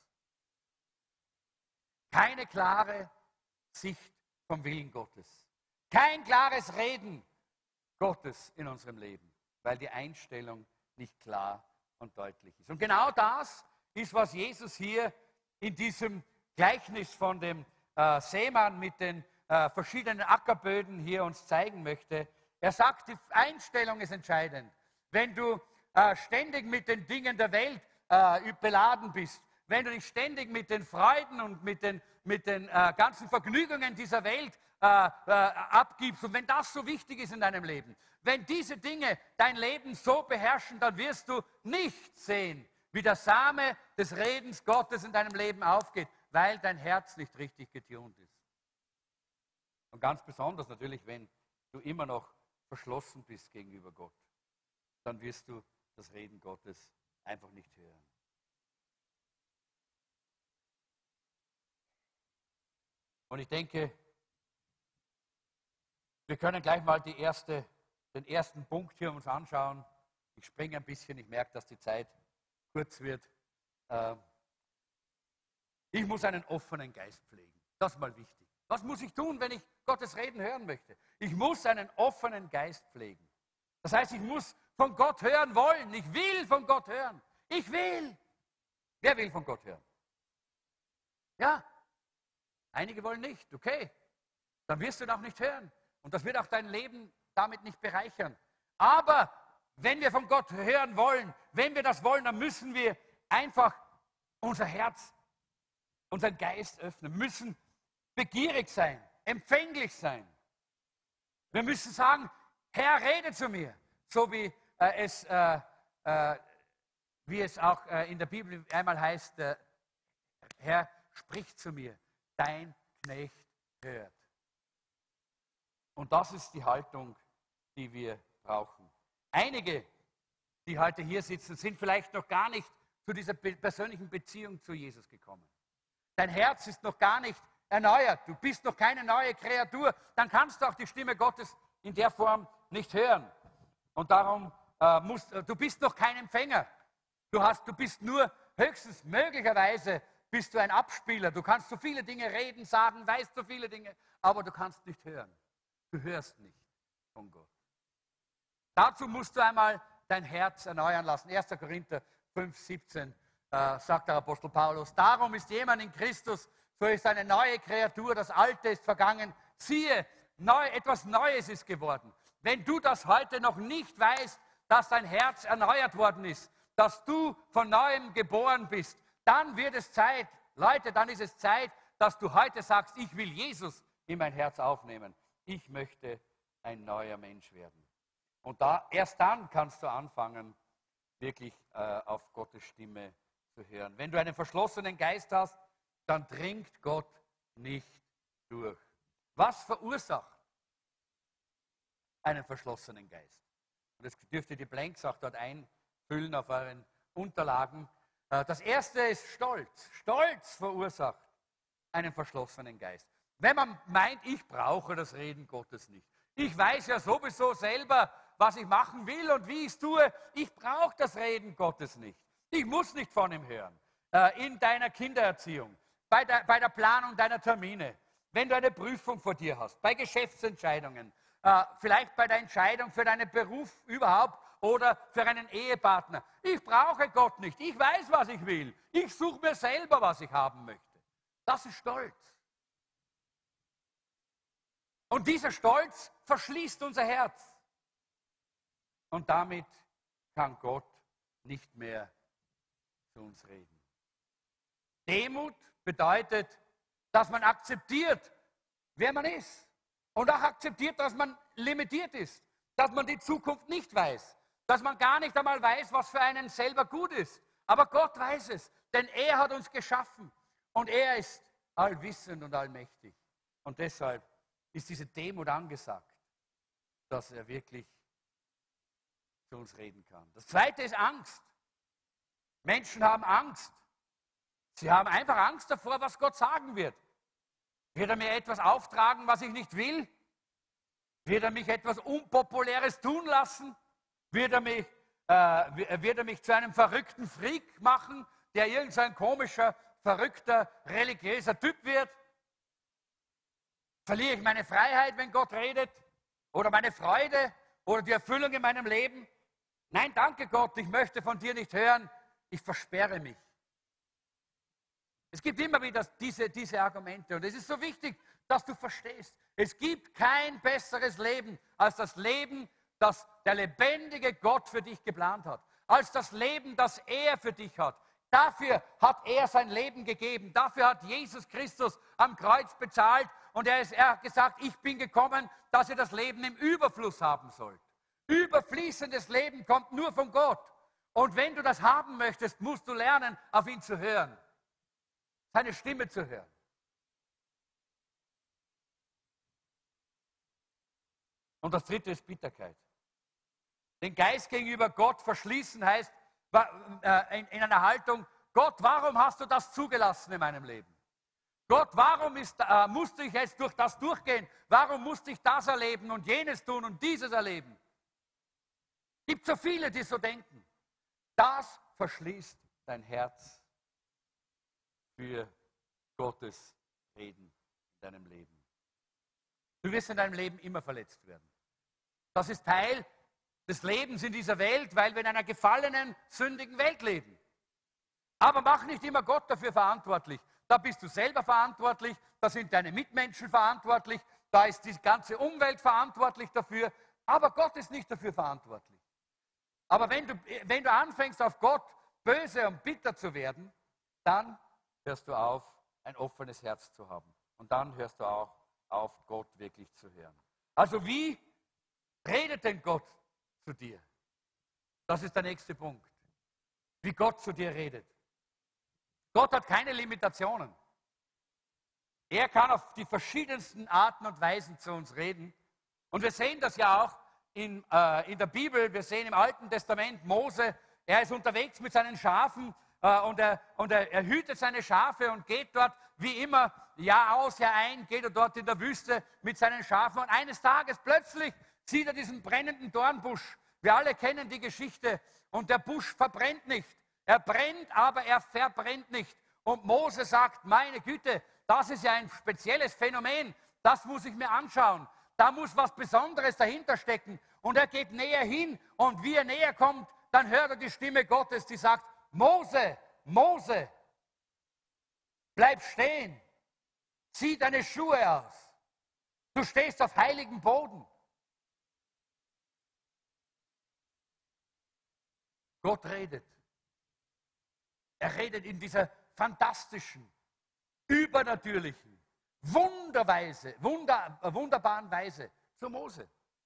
Keine klare Sicht vom Willen Gottes. Kein klares Reden Gottes in unserem Leben, weil die Einstellung nicht klar und deutlich ist. Und genau das ist, was Jesus hier in diesem Gleichnis von dem äh, Seemann mit den äh, verschiedenen Ackerböden hier uns zeigen möchte. Er sagt, die Einstellung ist entscheidend. Wenn du äh, ständig mit den Dingen der Welt äh, beladen bist, wenn du dich ständig mit den Freuden und mit den, mit den äh, ganzen Vergnügungen dieser Welt äh, äh, abgibst und wenn das so wichtig ist in deinem Leben, wenn diese Dinge dein Leben so beherrschen, dann wirst du nicht sehen, wie der Same des Redens Gottes in deinem Leben aufgeht, weil dein Herz nicht richtig getunt ist. Und ganz besonders natürlich, wenn du immer noch verschlossen bist gegenüber Gott, dann wirst du das Reden Gottes einfach nicht hören. Und ich denke, wir können gleich mal die erste, den ersten Punkt hier uns anschauen. Ich springe ein bisschen, ich merke, dass die Zeit kurz wird. Ich muss einen offenen Geist pflegen. Das ist mal wichtig. Was muss ich tun, wenn ich Gottes Reden hören möchte? Ich muss einen offenen Geist pflegen. Das heißt, ich muss von Gott hören wollen. Ich will von Gott hören. Ich will. Wer will von Gott hören? Ja. Einige wollen nicht. Okay. Dann wirst du ihn auch nicht hören. Und das wird auch dein Leben damit nicht bereichern. Aber wenn wir von Gott hören wollen, wenn wir das wollen, dann müssen wir einfach unser Herz, unseren Geist öffnen, müssen begierig sein, empfänglich sein. Wir müssen sagen, Herr, rede zu mir, so wie äh, es, äh, äh, wie es auch äh, in der Bibel einmal heißt, äh, Herr, sprich zu mir, dein Knecht hört. Und das ist die Haltung, die wir brauchen. Einige, die heute hier sitzen, sind vielleicht noch gar nicht zu dieser persönlichen Beziehung zu Jesus gekommen. Dein Herz ist noch gar nicht erneuert. Du bist noch keine neue Kreatur. Dann kannst du auch die Stimme Gottes in der Form nicht hören. Und darum äh, musst du bist noch kein Empfänger. Du, hast, du bist nur höchstens möglicherweise bist du ein Abspieler. Du kannst so viele Dinge reden, sagen, weißt so viele Dinge, aber du kannst nicht hören. Du hörst nicht von Gott. Dazu musst du einmal dein Herz erneuern lassen. erster Korinther fünf, siebzehn äh, sagt der Apostel Paulus, darum ist jemand in Christus, so ist eine neue Kreatur, das Alte ist vergangen. Siehe, neu, etwas Neues ist geworden. Wenn du das heute noch nicht weißt, dass dein Herz erneuert worden ist, dass du von Neuem geboren bist, dann wird es Zeit, Leute, dann ist es Zeit, dass du heute sagst, ich will Jesus in mein Herz aufnehmen. Ich möchte ein neuer Mensch werden. Und da, erst dann kannst du anfangen, wirklich äh, auf Gottes Stimme zu hören. Wenn du einen verschlossenen Geist hast, dann dringt Gott nicht durch. Was verursacht einen verschlossenen Geist? Und das dürft ihr die Blanks auch dort einfüllen auf euren Unterlagen. Das erste ist Stolz. Stolz verursacht einen verschlossenen Geist. Wenn man meint, ich brauche das Reden Gottes nicht. Ich weiß ja sowieso selber, was ich machen will und wie ich es tue. Ich brauche das Reden Gottes nicht. Ich muss nicht von ihm hören. Äh, in deiner Kindererziehung, bei der, bei der Planung deiner Termine, wenn du eine Prüfung vor dir hast, bei Geschäftsentscheidungen, äh, vielleicht bei der Entscheidung für deinen Beruf überhaupt oder für einen Ehepartner. Ich brauche Gott nicht. Ich weiß, was ich will. Ich suche mir selber, was ich haben möchte. Das ist Stolz. Und dieser Stolz verschließt unser Herz. Und damit kann Gott nicht mehr zu uns reden. Demut bedeutet, dass man akzeptiert, wer man ist. Und auch akzeptiert, dass man limitiert ist. Dass man die Zukunft nicht weiß. Dass man gar nicht einmal weiß, was für einen selber gut ist. Aber Gott weiß es, denn er hat uns geschaffen. Und er ist allwissend und allmächtig. Und deshalb ist diese Demut angesagt, dass er wirklich zu uns reden kann. Das zweite ist Angst. Menschen haben Angst. Sie haben einfach Angst davor, was Gott sagen wird. Wird er mir etwas auftragen, was ich nicht will? Wird er mich etwas Unpopuläres tun lassen? Wird er mich, äh, wird er mich zu einem verrückten Freak machen, der irgendein komischer, verrückter, religiöser Typ wird? Verliere ich meine Freiheit, wenn Gott redet? Oder meine Freude? Oder die Erfüllung in meinem Leben? Nein, danke Gott, ich möchte von dir nicht hören. Ich versperre mich. Es gibt immer wieder diese, diese Argumente. Und es ist so wichtig, dass du verstehst. Es gibt kein besseres Leben als das Leben, das der lebendige Gott für dich geplant hat. Als das Leben, das er für dich hat. Dafür hat er sein Leben gegeben. Dafür hat Jesus Christus am Kreuz bezahlt. Und er, ist, er hat gesagt, ich bin gekommen, dass ihr das Leben im Überfluss haben sollt. Überfließendes Leben kommt nur von Gott. Und wenn du das haben möchtest, musst du lernen, auf ihn zu hören. Seine Stimme zu hören. Und das dritte ist Bitterkeit. Den Geist gegenüber Gott verschließen heißt, in einer Haltung, Gott, warum hast du das zugelassen in meinem Leben? Gott, warum ist, äh, musste ich jetzt durch das durchgehen? Warum musste ich das erleben und jenes tun und dieses erleben? Es gibt so viele, die so denken. Das verschließt dein Herz für Gottes Reden in deinem Leben. Du wirst in deinem Leben immer verletzt werden. Das ist Teil des Lebens in dieser Welt, weil wir in einer gefallenen, sündigen Welt leben. Aber mach nicht immer Gott dafür verantwortlich. Da bist du selber verantwortlich, da sind deine Mitmenschen verantwortlich, da ist die ganze Umwelt verantwortlich dafür, aber Gott ist nicht dafür verantwortlich. Aber wenn du, wenn du anfängst, auf Gott böse und bitter zu werden, dann hörst du auf, ein offenes Herz zu haben. Und dann hörst du auch auf, Gott wirklich zu hören. Also wie redet denn Gott zu dir? Das ist der nächste Punkt. Wie Gott zu dir redet. Gott hat keine Limitationen. Er kann auf die verschiedensten Arten und Weisen zu uns reden. Und wir sehen das ja auch in, äh, in der Bibel, wir sehen im Alten Testament Mose, er ist unterwegs mit seinen Schafen äh, und, er, und er, er hütet seine Schafe und geht dort wie immer Jahr aus, Jahr ein, geht er dort in der Wüste mit seinen Schafen und eines Tages plötzlich sieht er diesen brennenden Dornbusch. Wir alle kennen die Geschichte und der Busch verbrennt nicht. Er brennt, aber er verbrennt nicht. Und Mose sagt, meine Güte, das ist ja ein spezielles Phänomen, das muss ich mir anschauen. Da muss was Besonderes dahinter stecken. Und er geht näher hin und wie er näher kommt, dann hört er die Stimme Gottes, die sagt, Mose, Mose, bleib stehen, zieh deine Schuhe aus. Du stehst auf heiligem Boden. Gott redet. Er redet in dieser fantastischen, übernatürlichen, wunderweise, wunder, wunderbaren Weise zu Mose.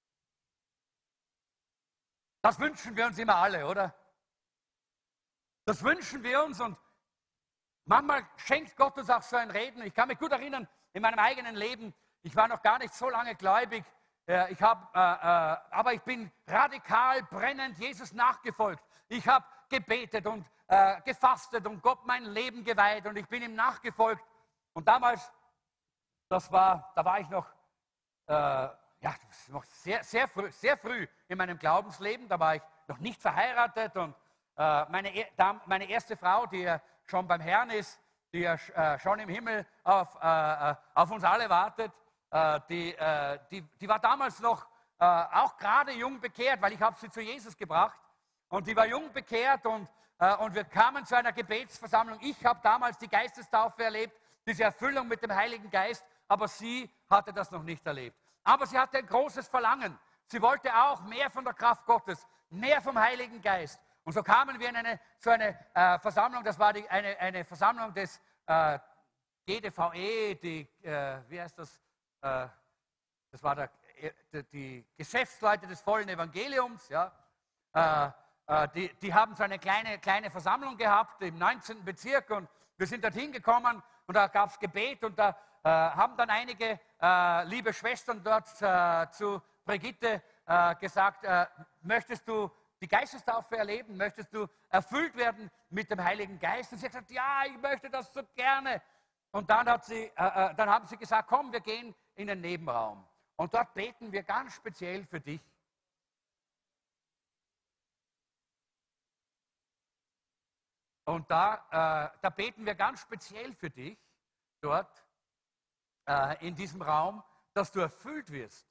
Das wünschen wir uns immer alle, oder? Das wünschen wir uns und manchmal schenkt Gott uns auch so ein Reden. Ich kann mich gut erinnern, in meinem eigenen Leben, ich war noch gar nicht so lange gläubig, ich hab, äh, äh, aber ich bin radikal, brennend Jesus nachgefolgt. Ich habe gebetet und äh, gefastet und Gott mein Leben geweiht und ich bin ihm nachgefolgt. Und damals, das war, da war ich noch, äh, ja, noch sehr, sehr, früh, sehr früh in meinem Glaubensleben, da war ich noch nicht verheiratet und äh, meine, meine erste Frau, die ja schon beim Herrn ist, die ja äh, schon im Himmel auf, äh, auf uns alle wartet, äh, die, äh, die, die war damals noch äh, auch gerade jung bekehrt, weil ich habe sie zu Jesus gebracht. Und die war jung bekehrt und, äh, und wir kamen zu einer Gebetsversammlung. Ich habe damals die Geistestaufe erlebt, diese Erfüllung mit dem Heiligen Geist, aber sie hatte das noch nicht erlebt. Aber sie hatte ein großes Verlangen. Sie wollte auch mehr von der Kraft Gottes, mehr vom Heiligen Geist. Und so kamen wir in eine, so eine äh, Versammlung, das war die, eine, eine Versammlung des äh, G D V E, die, äh, wie heißt das, äh, das war der, die, die Geschäftsleute des vollen Evangeliums, ja, äh, Die, die haben so eine kleine, kleine Versammlung gehabt im neunzehnten Bezirk und wir sind dorthin gekommen und da gab es Gebet und da äh, haben dann einige äh, liebe Schwestern dort äh, zu Brigitte äh, gesagt, äh, möchtest du die Geistestaufe erleben, möchtest du erfüllt werden mit dem Heiligen Geist? Und sie hat gesagt, ja, ich möchte das so gerne. Und dann, hat sie, äh, äh, dann haben sie gesagt, komm, wir gehen in den Nebenraum und dort beten wir ganz speziell für dich. Und da, äh, da beten wir ganz speziell für dich, dort äh, in diesem Raum, dass du erfüllt wirst,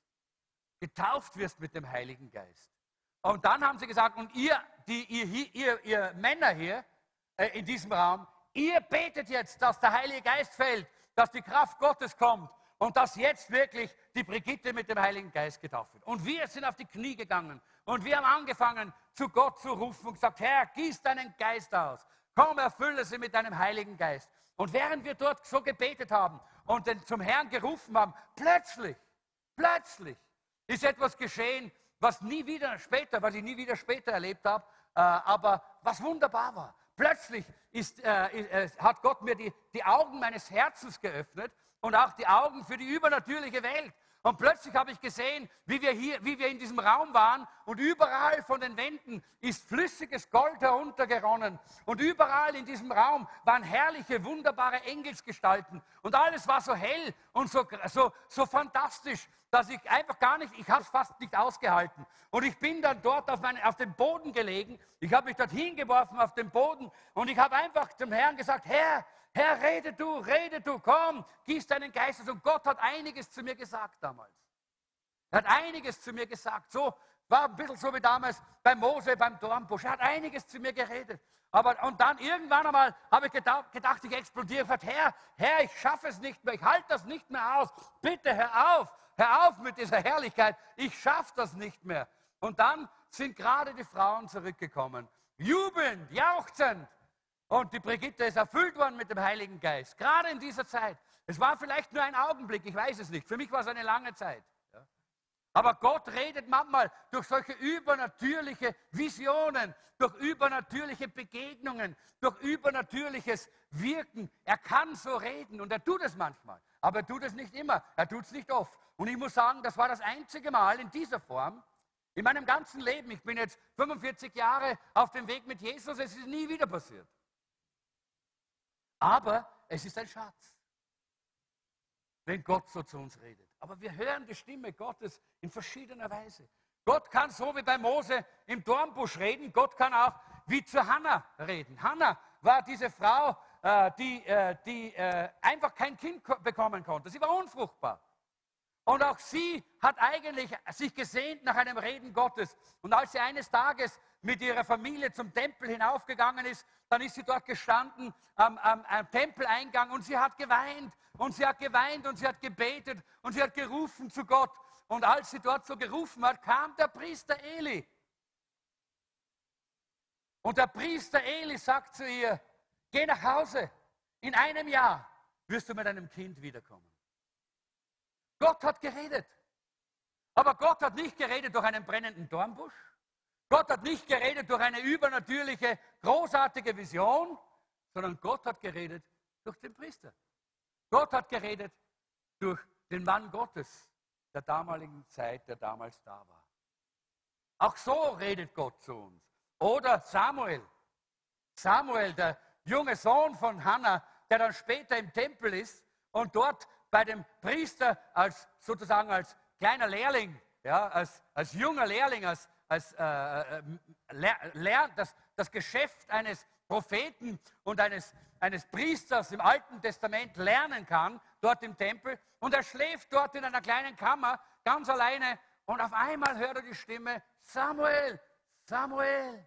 getauft wirst mit dem Heiligen Geist. Und dann haben sie gesagt, und ihr, die, ihr, ihr, ihr Männer hier äh, in diesem Raum, ihr betet jetzt, dass der Heilige Geist fällt, dass die Kraft Gottes kommt und dass jetzt wirklich die Brigitte mit dem Heiligen Geist getauft wird. Und wir sind auf die Knie gegangen und wir haben angefangen, zu Gott zu rufen und gesagt, Herr, gieß deinen Geist aus. Komm, erfülle sie mit deinem Heiligen Geist. Und während wir dort so gebetet haben und den zum Herrn gerufen haben, plötzlich, plötzlich ist etwas geschehen, was nie wieder später, was ich nie wieder später erlebt habe, äh, aber was wunderbar war. Plötzlich ist, äh, äh, hat Gott mir die, die Augen meines Herzens geöffnet und auch die Augen für die übernatürliche Welt. Und plötzlich habe ich gesehen, wie wir hier, wie wir in diesem Raum waren und überall von den Wänden ist flüssiges Gold heruntergeronnen. Und überall in diesem Raum waren herrliche, wunderbare Engelsgestalten. Und alles war so hell und so, so, so fantastisch, dass ich einfach gar nicht, ich habe es fast nicht ausgehalten. Und ich bin dann dort auf, mein, auf dem Boden gelegen. Ich habe mich dort hingeworfen auf den Boden und ich habe einfach zum Herrn gesagt, Herr, Herr, rede du, rede du, komm, gieß deinen Geist aus. Und Gott hat einiges zu mir gesagt damals. Er hat einiges zu mir gesagt. So war ein bisschen so wie damals bei Mose, beim Dornbusch. Er hat einiges zu mir geredet. Aber, und dann irgendwann einmal habe ich gedacht, gedacht, ich explodiere. Ich habe gesagt, Herr, Herr, ich schaffe es nicht mehr. Ich halte das nicht mehr aus. Bitte, hör auf. Hör auf mit dieser Herrlichkeit. Ich schaffe das nicht mehr. Und dann sind gerade die Frauen zurückgekommen. Jubelnd, jauchzend. Und die Brigitte ist erfüllt worden mit dem Heiligen Geist. Gerade in dieser Zeit. Es war vielleicht nur ein Augenblick, ich weiß es nicht. Für mich war es eine lange Zeit. Ja. Aber Gott redet manchmal durch solche übernatürliche Visionen, durch übernatürliche Begegnungen, durch übernatürliches Wirken. Er kann so reden und er tut es manchmal. Aber er tut es nicht immer. Er tut es nicht oft. Und ich muss sagen, das war das einzige Mal in dieser Form, In meinem ganzen Leben, ich bin jetzt fünfundvierzig Jahre auf dem Weg mit Jesus, es ist nie wieder passiert. Aber es ist ein Schatz, wenn Gott so zu uns redet. Aber wir hören die Stimme Gottes in verschiedener Weise. Gott kann so wie bei Mose im Dornbusch reden, Gott kann auch wie zu Hannah reden. Hannah war diese Frau, äh, die, äh, die äh, einfach kein Kind bekommen konnte. Sie war unfruchtbar. Und auch sie hat eigentlich sich gesehnt nach einem Reden Gottes. Und als sie eines Tages mit ihrer Familie zum Tempel hinaufgegangen ist, dann ist sie dort gestanden am, am, am Tempeleingang und sie hat geweint und sie hat geweint und sie hat gebetet und sie hat gerufen zu Gott. Und als sie dort so gerufen hat, kam der Priester Eli. Und der Priester Eli sagt zu ihr, geh nach Hause, in einem Jahr wirst du mit deinem Kind wiederkommen. Gott hat geredet. Aber Gott hat nicht geredet durch einen brennenden Dornbusch. Gott hat nicht geredet durch eine übernatürliche, großartige Vision, sondern Gott hat geredet durch den Priester. Gott hat geredet durch den Mann Gottes der damaligen Zeit, der damals da war. Auch so redet Gott zu uns. Oder Samuel. Samuel, der junge Sohn von Hannah, der dann später im Tempel ist und dort bei dem Priester als sozusagen als kleiner Lehrling, ja, als, als junger Lehrling, als, als äh, lernt das, das Geschäft eines Propheten und eines, eines Priesters im Alten Testament lernen kann, dort im Tempel. Und er schläft dort in einer kleinen Kammer, ganz alleine. Und auf einmal hört er die Stimme, Samuel, Samuel.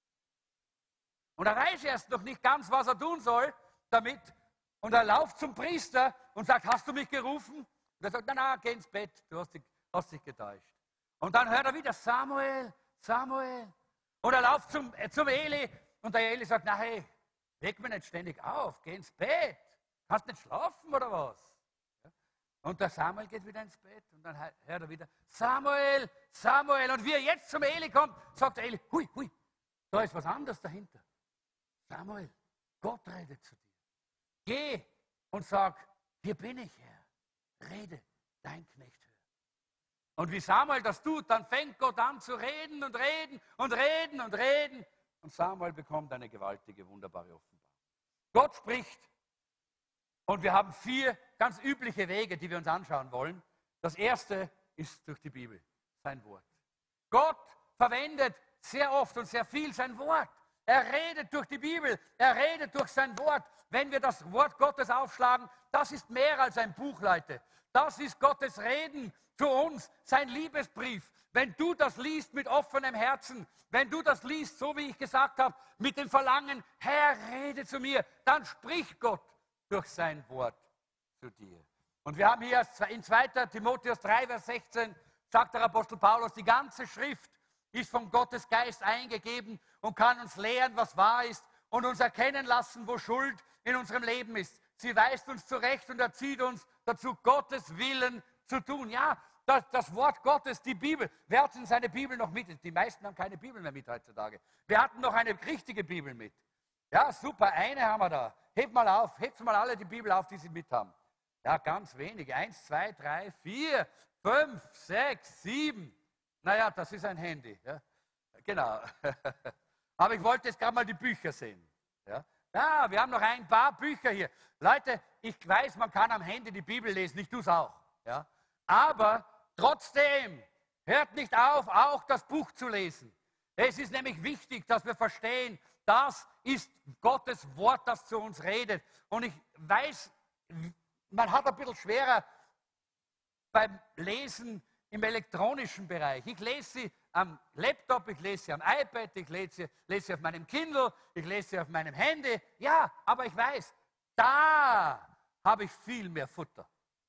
Und er weiß erst noch nicht ganz, was er tun soll damit. Und er läuft zum Priester und sagt, hast du mich gerufen? Und er sagt, nein, nein, geh ins Bett, du hast dich, hast dich getäuscht. Und dann hört er wieder, Samuel, Samuel. Und er läuft zum, äh, zum Eli und der Eli sagt, na hey, weck mich nicht ständig auf, geh ins Bett. Kannst nicht schlafen oder was? Ja. Und der Samuel geht wieder ins Bett und dann hört er wieder, Samuel, Samuel. Und wie er jetzt zum Eli kommt, sagt der Eli, hui, hui, da ist was anderes dahinter. Samuel, Gott redet zu dir. Geh und sag, hier bin ich, Herr. Rede, dein Knecht hört. Und wie Samuel das tut, dann fängt Gott an zu reden und reden und reden und reden. Und Samuel bekommt eine gewaltige, wunderbare Offenbarung. Gott spricht. Und wir haben vier ganz übliche Wege, die wir uns anschauen wollen. Das erste ist durch die Bibel, sein Wort. Gott verwendet sehr oft und sehr viel sein Wort. Er redet durch die Bibel, er redet durch sein Wort. Wenn wir das Wort Gottes aufschlagen, das ist mehr als ein Buch, Leute. Das ist Gottes Reden zu uns, sein Liebesbrief. Wenn du das liest mit offenem Herzen, wenn du das liest, so wie ich gesagt habe, mit dem Verlangen, Herr, rede zu mir, dann spricht Gott durch sein Wort zu dir. Und wir haben hier in zweiter Timotheus drei, Vers sechzehn, sagt der Apostel Paulus, die ganze Schrift ist von Gottes Geist eingegeben und kann uns lehren, was wahr ist und uns erkennen lassen, wo Schuld in unserem Leben ist. Sie weist uns zurecht und erzieht uns dazu, Gottes Willen zu tun. Ja, das, das Wort Gottes, die Bibel. Wer hat denn seine Bibel noch mit? Die meisten haben keine Bibel mehr mit heutzutage. Wir hatten noch eine richtige Bibel mit. Ja, super, eine haben wir da. Hebt mal auf, hebt mal alle die Bibel auf, die sie mit haben. Ja, ganz wenige. Eins, zwei, drei, vier, fünf, sechs, sieben. Naja, das ist ein Handy. Ja. Genau. Aber ich wollte jetzt gerade mal die Bücher sehen. Ja. Ja, wir haben noch ein paar Bücher hier. Leute, ich weiß, man kann am Handy die Bibel lesen, ich tue es auch. Ja. Aber trotzdem, hört nicht auf, auch das Buch zu lesen. Es ist nämlich wichtig, dass wir verstehen, das ist Gottes Wort, das zu uns redet. Und ich weiß, man hat ein bisschen schwerer beim Lesen im elektronischen Bereich. Ich lese sie am Laptop, ich lese sie am iPad, ich lese sie, lese sie auf meinem Kindle, ich lese sie auf meinem Handy. Ja, aber ich weiß, da habe ich viel mehr Futter.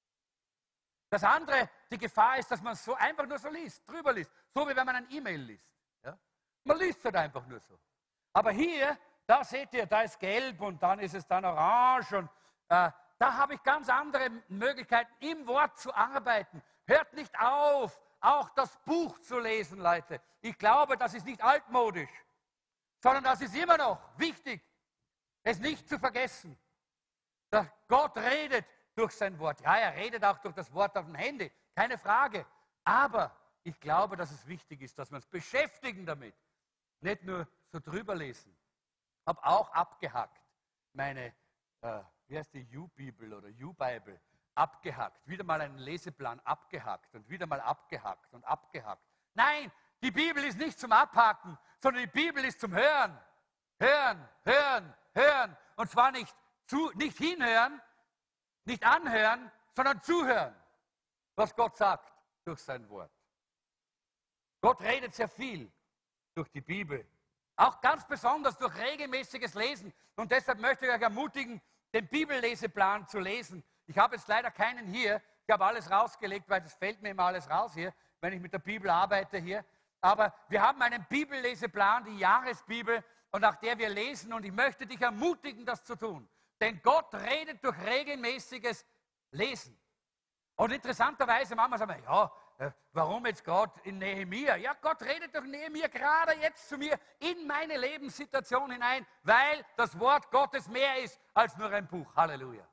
Das andere, die Gefahr ist, dass man es so einfach nur so liest, drüber liest. So wie wenn man ein E-Mail liest. Ja? Man liest es halt einfach nur so. Aber hier, da seht ihr, da ist gelb und dann ist es dann orange und äh, da habe ich ganz andere Möglichkeiten, im Wort zu arbeiten. Hört nicht auf, auch das Buch zu lesen, Leute. Ich glaube, das ist nicht altmodisch, sondern das ist immer noch wichtig, es nicht zu vergessen. Dass Gott redet durch sein Wort. Ja, er redet auch durch das Wort auf dem Handy, keine Frage. Aber ich glaube, dass es wichtig ist, dass wir uns beschäftigen damit. Nicht nur so drüber lesen. Ich habe auch abgehackt meine, äh, wie heißt die, U-Bibel oder U-Bible, abgehackt. Wieder mal einen Leseplan abgehackt und wieder mal abgehackt und abgehackt. Nein, die Bibel ist nicht zum Abhaken, sondern die Bibel ist zum Hören. Hören, hören, hören. Und zwar nicht, zu, nicht hinhören, nicht anhören, sondern zuhören, was Gott sagt durch sein Wort. Gott redet sehr viel durch die Bibel. Auch ganz besonders durch regelmäßiges Lesen. Und deshalb möchte ich euch ermutigen, den Bibelleseplan zu lesen. Ich habe jetzt leider keinen hier. Ich habe alles rausgelegt, weil das fällt mir immer alles raus hier, wenn ich mit der Bibel arbeite hier. Aber wir haben einen Bibelleseplan, die Jahresbibel, und nach der wir lesen. Und ich möchte dich ermutigen, das zu tun. Denn Gott redet durch regelmäßiges Lesen. Und interessanterweise, manchmal sagen wir, ja, äh, warum jetzt gerade in Nehemia? Ja, Gott redet durch Nehemia gerade jetzt zu mir in meine Lebenssituation hinein, weil das Wort Gottes mehr ist als nur ein Buch. Halleluja.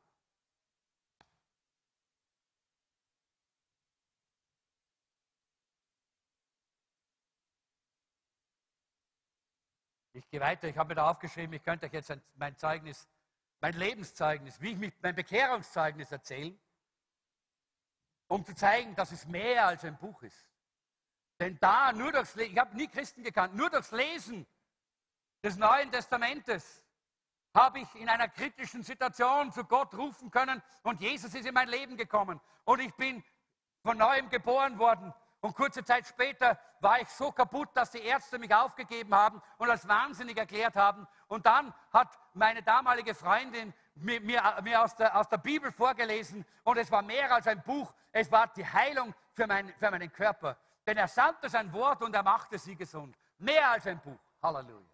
Ich gehe weiter, ich habe mir da aufgeschrieben, ich könnte euch jetzt mein Zeugnis, mein Lebenszeugnis, wie ich mich, mein Bekehrungszeugnis erzählen, um zu zeigen, dass es mehr als ein Buch ist. Denn da, nur durchs Lesen, ich habe nie Christen gekannt, nur durchs Lesen des Neuen Testamentes habe ich in einer kritischen Situation zu Gott rufen können und Jesus ist in mein Leben gekommen und ich bin von Neuem geboren worden. Und kurze Zeit später war ich so kaputt, dass die Ärzte mich aufgegeben haben und als wahnsinnig erklärt haben. Und dann hat meine damalige Freundin mir, mir, mir aus, der, aus der Bibel vorgelesen und es war mehr als ein Buch, es war die Heilung für, mein, für meinen Körper. Denn er sandte sein Wort und er machte sie gesund. Mehr als ein Buch. Halleluja.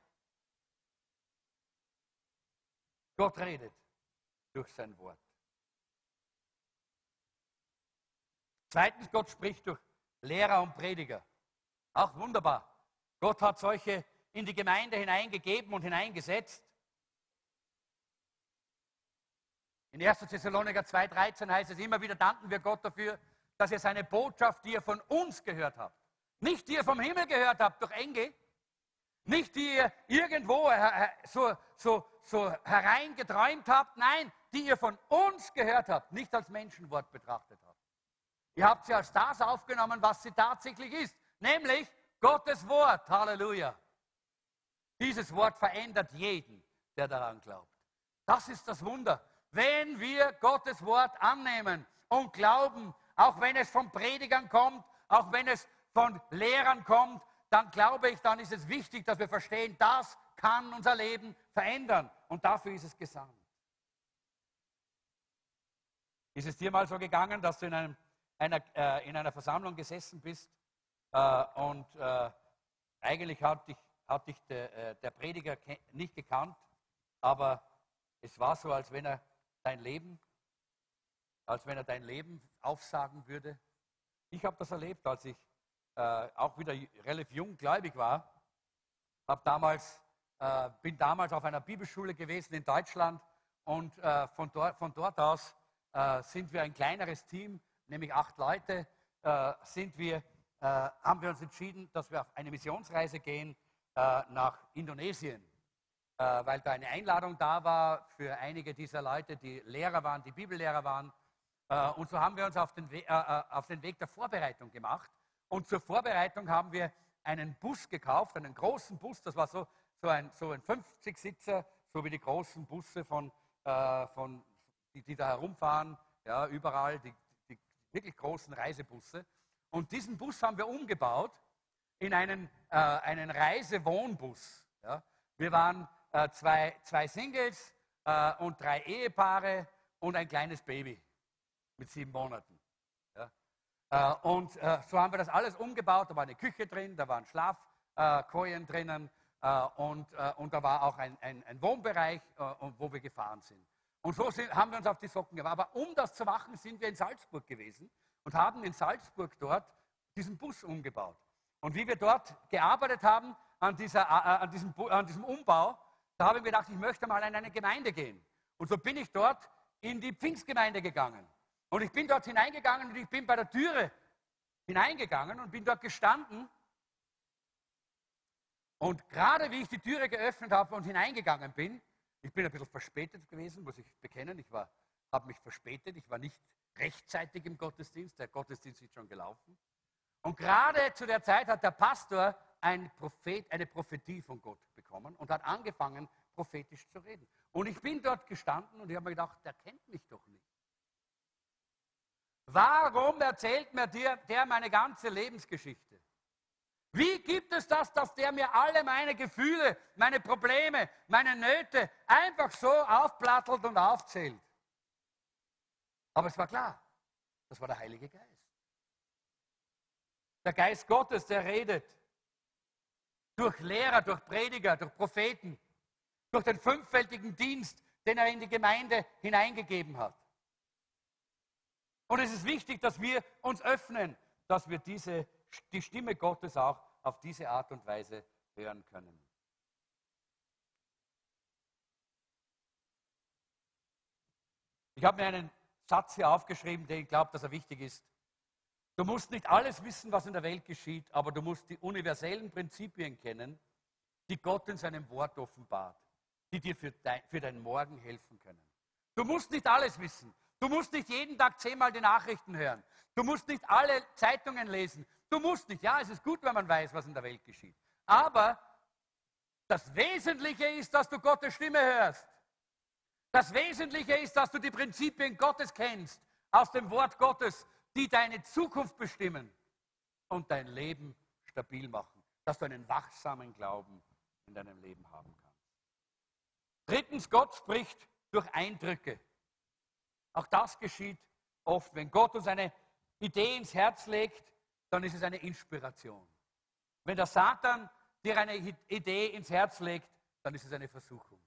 Gott redet durch sein Wort. Zweitens, Gott spricht durch Lehrer und Prediger. Auch wunderbar. Gott hat solche in die Gemeinde hineingegeben und hineingesetzt. In erster Thessaloniker zwei dreizehn heißt es, immer wieder danken wir Gott dafür, dass ihr seine Botschaft, die ihr von uns gehört habt, nicht die ihr vom Himmel gehört habt durch Engel, nicht die ihr irgendwo so, so, so hereingeträumt habt, nein, die ihr von uns gehört habt, nicht als Menschenwort betrachtet habt. Ihr habt sie als das aufgenommen, was sie tatsächlich ist, nämlich Gottes Wort. Halleluja. Dieses Wort verändert jeden, der daran glaubt. Das ist das Wunder. Wenn wir Gottes Wort annehmen und glauben, auch wenn es von Predigern kommt, auch wenn es von Lehrern kommt, dann glaube ich, dann ist es wichtig, dass wir verstehen, das kann unser Leben verändern. Und dafür ist es gesandt. Ist es dir mal so gegangen, dass du in einem Einer, äh, in einer Versammlung gesessen bist äh, und äh, eigentlich hat dich, hat dich de, äh, der Prediger nicht gekannt, aber es war so, als wenn er dein Leben, als wenn er dein Leben aufsagen würde. Ich habe das erlebt, als ich äh, auch wieder relativ jung gläubig war. Hab damals, äh, bin damals auf einer Bibelschule gewesen in Deutschland und äh, von, dort, von dort aus äh, sind wir ein kleineres Team, nämlich acht Leute, äh, sind wir, äh, haben wir uns entschieden, dass wir auf eine Missionsreise gehen äh, nach Indonesien, äh, weil da eine Einladung da war für einige dieser Leute, die Lehrer waren, die Bibellehrer waren. Äh, und so haben wir uns auf den, We äh, auf den Weg der Vorbereitung gemacht. Und zur Vorbereitung haben wir einen Bus gekauft, einen großen Bus, das war so, so ein, so ein fünfzig-Sitzer, so wie die großen Busse, von, äh, von, die, die da herumfahren, ja, überall, die wirklich großen Reisebusse. Und diesen Bus haben wir umgebaut in einen, äh, einen Reisewohnbus. Ja. Wir waren äh, zwei, zwei Singles äh, und drei Ehepaare und ein kleines Baby mit sieben Monaten. Ja. Äh, und äh, so haben wir das alles umgebaut. Da war eine Küche drin, da waren Schlafkojen äh, drinnen äh, und, äh, und da war auch ein, ein, ein Wohnbereich, äh, wo wir gefahren sind. Und so sind, haben wir uns auf die Socken gemacht. Aber um das zu machen, sind wir in Salzburg gewesen und haben in Salzburg dort diesen Bus umgebaut. Und wie wir dort gearbeitet haben an, dieser, äh, an, diesem, an diesem Umbau, da habe ich mir gedacht, ich möchte mal in eine Gemeinde gehen. Und so bin ich dort in die Pfingstgemeinde gegangen. Und ich bin dort hineingegangen und ich bin bei der Türe hineingegangen und bin dort gestanden. Und gerade wie ich die Türe geöffnet habe und hineingegangen bin, ich bin ein bisschen verspätet gewesen, muss ich bekennen, ich habe mich verspätet, ich war nicht rechtzeitig im Gottesdienst, der Gottesdienst ist schon gelaufen. Und gerade zu der Zeit hat der Pastor ein Prophet, eine Prophetie von Gott bekommen und hat angefangen, prophetisch zu reden. Und ich bin dort gestanden und ich habe mir gedacht, der kennt mich doch nicht. Warum erzählt mir der, der meine ganze Lebensgeschichte? Wie gibt es das, dass der mir alle meine Gefühle, meine Probleme, meine Nöte einfach so aufplattelt und aufzählt? Aber es war klar, das war der Heilige Geist. Der Geist Gottes, der redet durch Lehrer, durch Prediger, durch Propheten, durch den fünffältigen Dienst, den er in die Gemeinde hineingegeben hat. Und es ist wichtig, dass wir uns öffnen, dass wir diese, die Stimme Gottes auch auf diese Art und Weise hören können. Ich habe mir einen Satz hier aufgeschrieben, den ich glaube, dass er wichtig ist. Du musst nicht alles wissen, was in der Welt geschieht, aber du musst die universellen Prinzipien kennen, die Gott in seinem Wort offenbart, die dir für dein, für deinen Morgen helfen können. Du musst nicht alles wissen. Du musst nicht jeden Tag zehnmal die Nachrichten hören. Du musst nicht alle Zeitungen lesen. Du musst nicht. Ja, es ist gut, wenn man weiß, was in der Welt geschieht. Aber das Wesentliche ist, dass du Gottes Stimme hörst. Das Wesentliche ist, dass du die Prinzipien Gottes kennst, aus dem Wort Gottes, die deine Zukunft bestimmen und dein Leben stabil machen. Dass du einen wachsamen Glauben in deinem Leben haben kannst. Drittens, Gott spricht durch Eindrücke. Auch das geschieht oft. Wenn Gott uns eine Idee ins Herz legt, dann ist es eine Inspiration. Wenn der Satan dir eine Idee ins Herz legt, dann ist es eine Versuchung.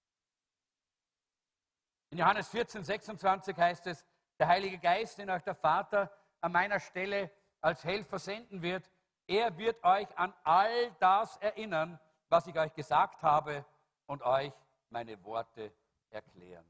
In Johannes vierzehn, sechsundzwanzig heißt es, der Heilige Geist, den euch der Vater an meiner Stelle als Helfer senden wird, er wird euch an all das erinnern, was ich euch gesagt habe und euch meine Worte erklären.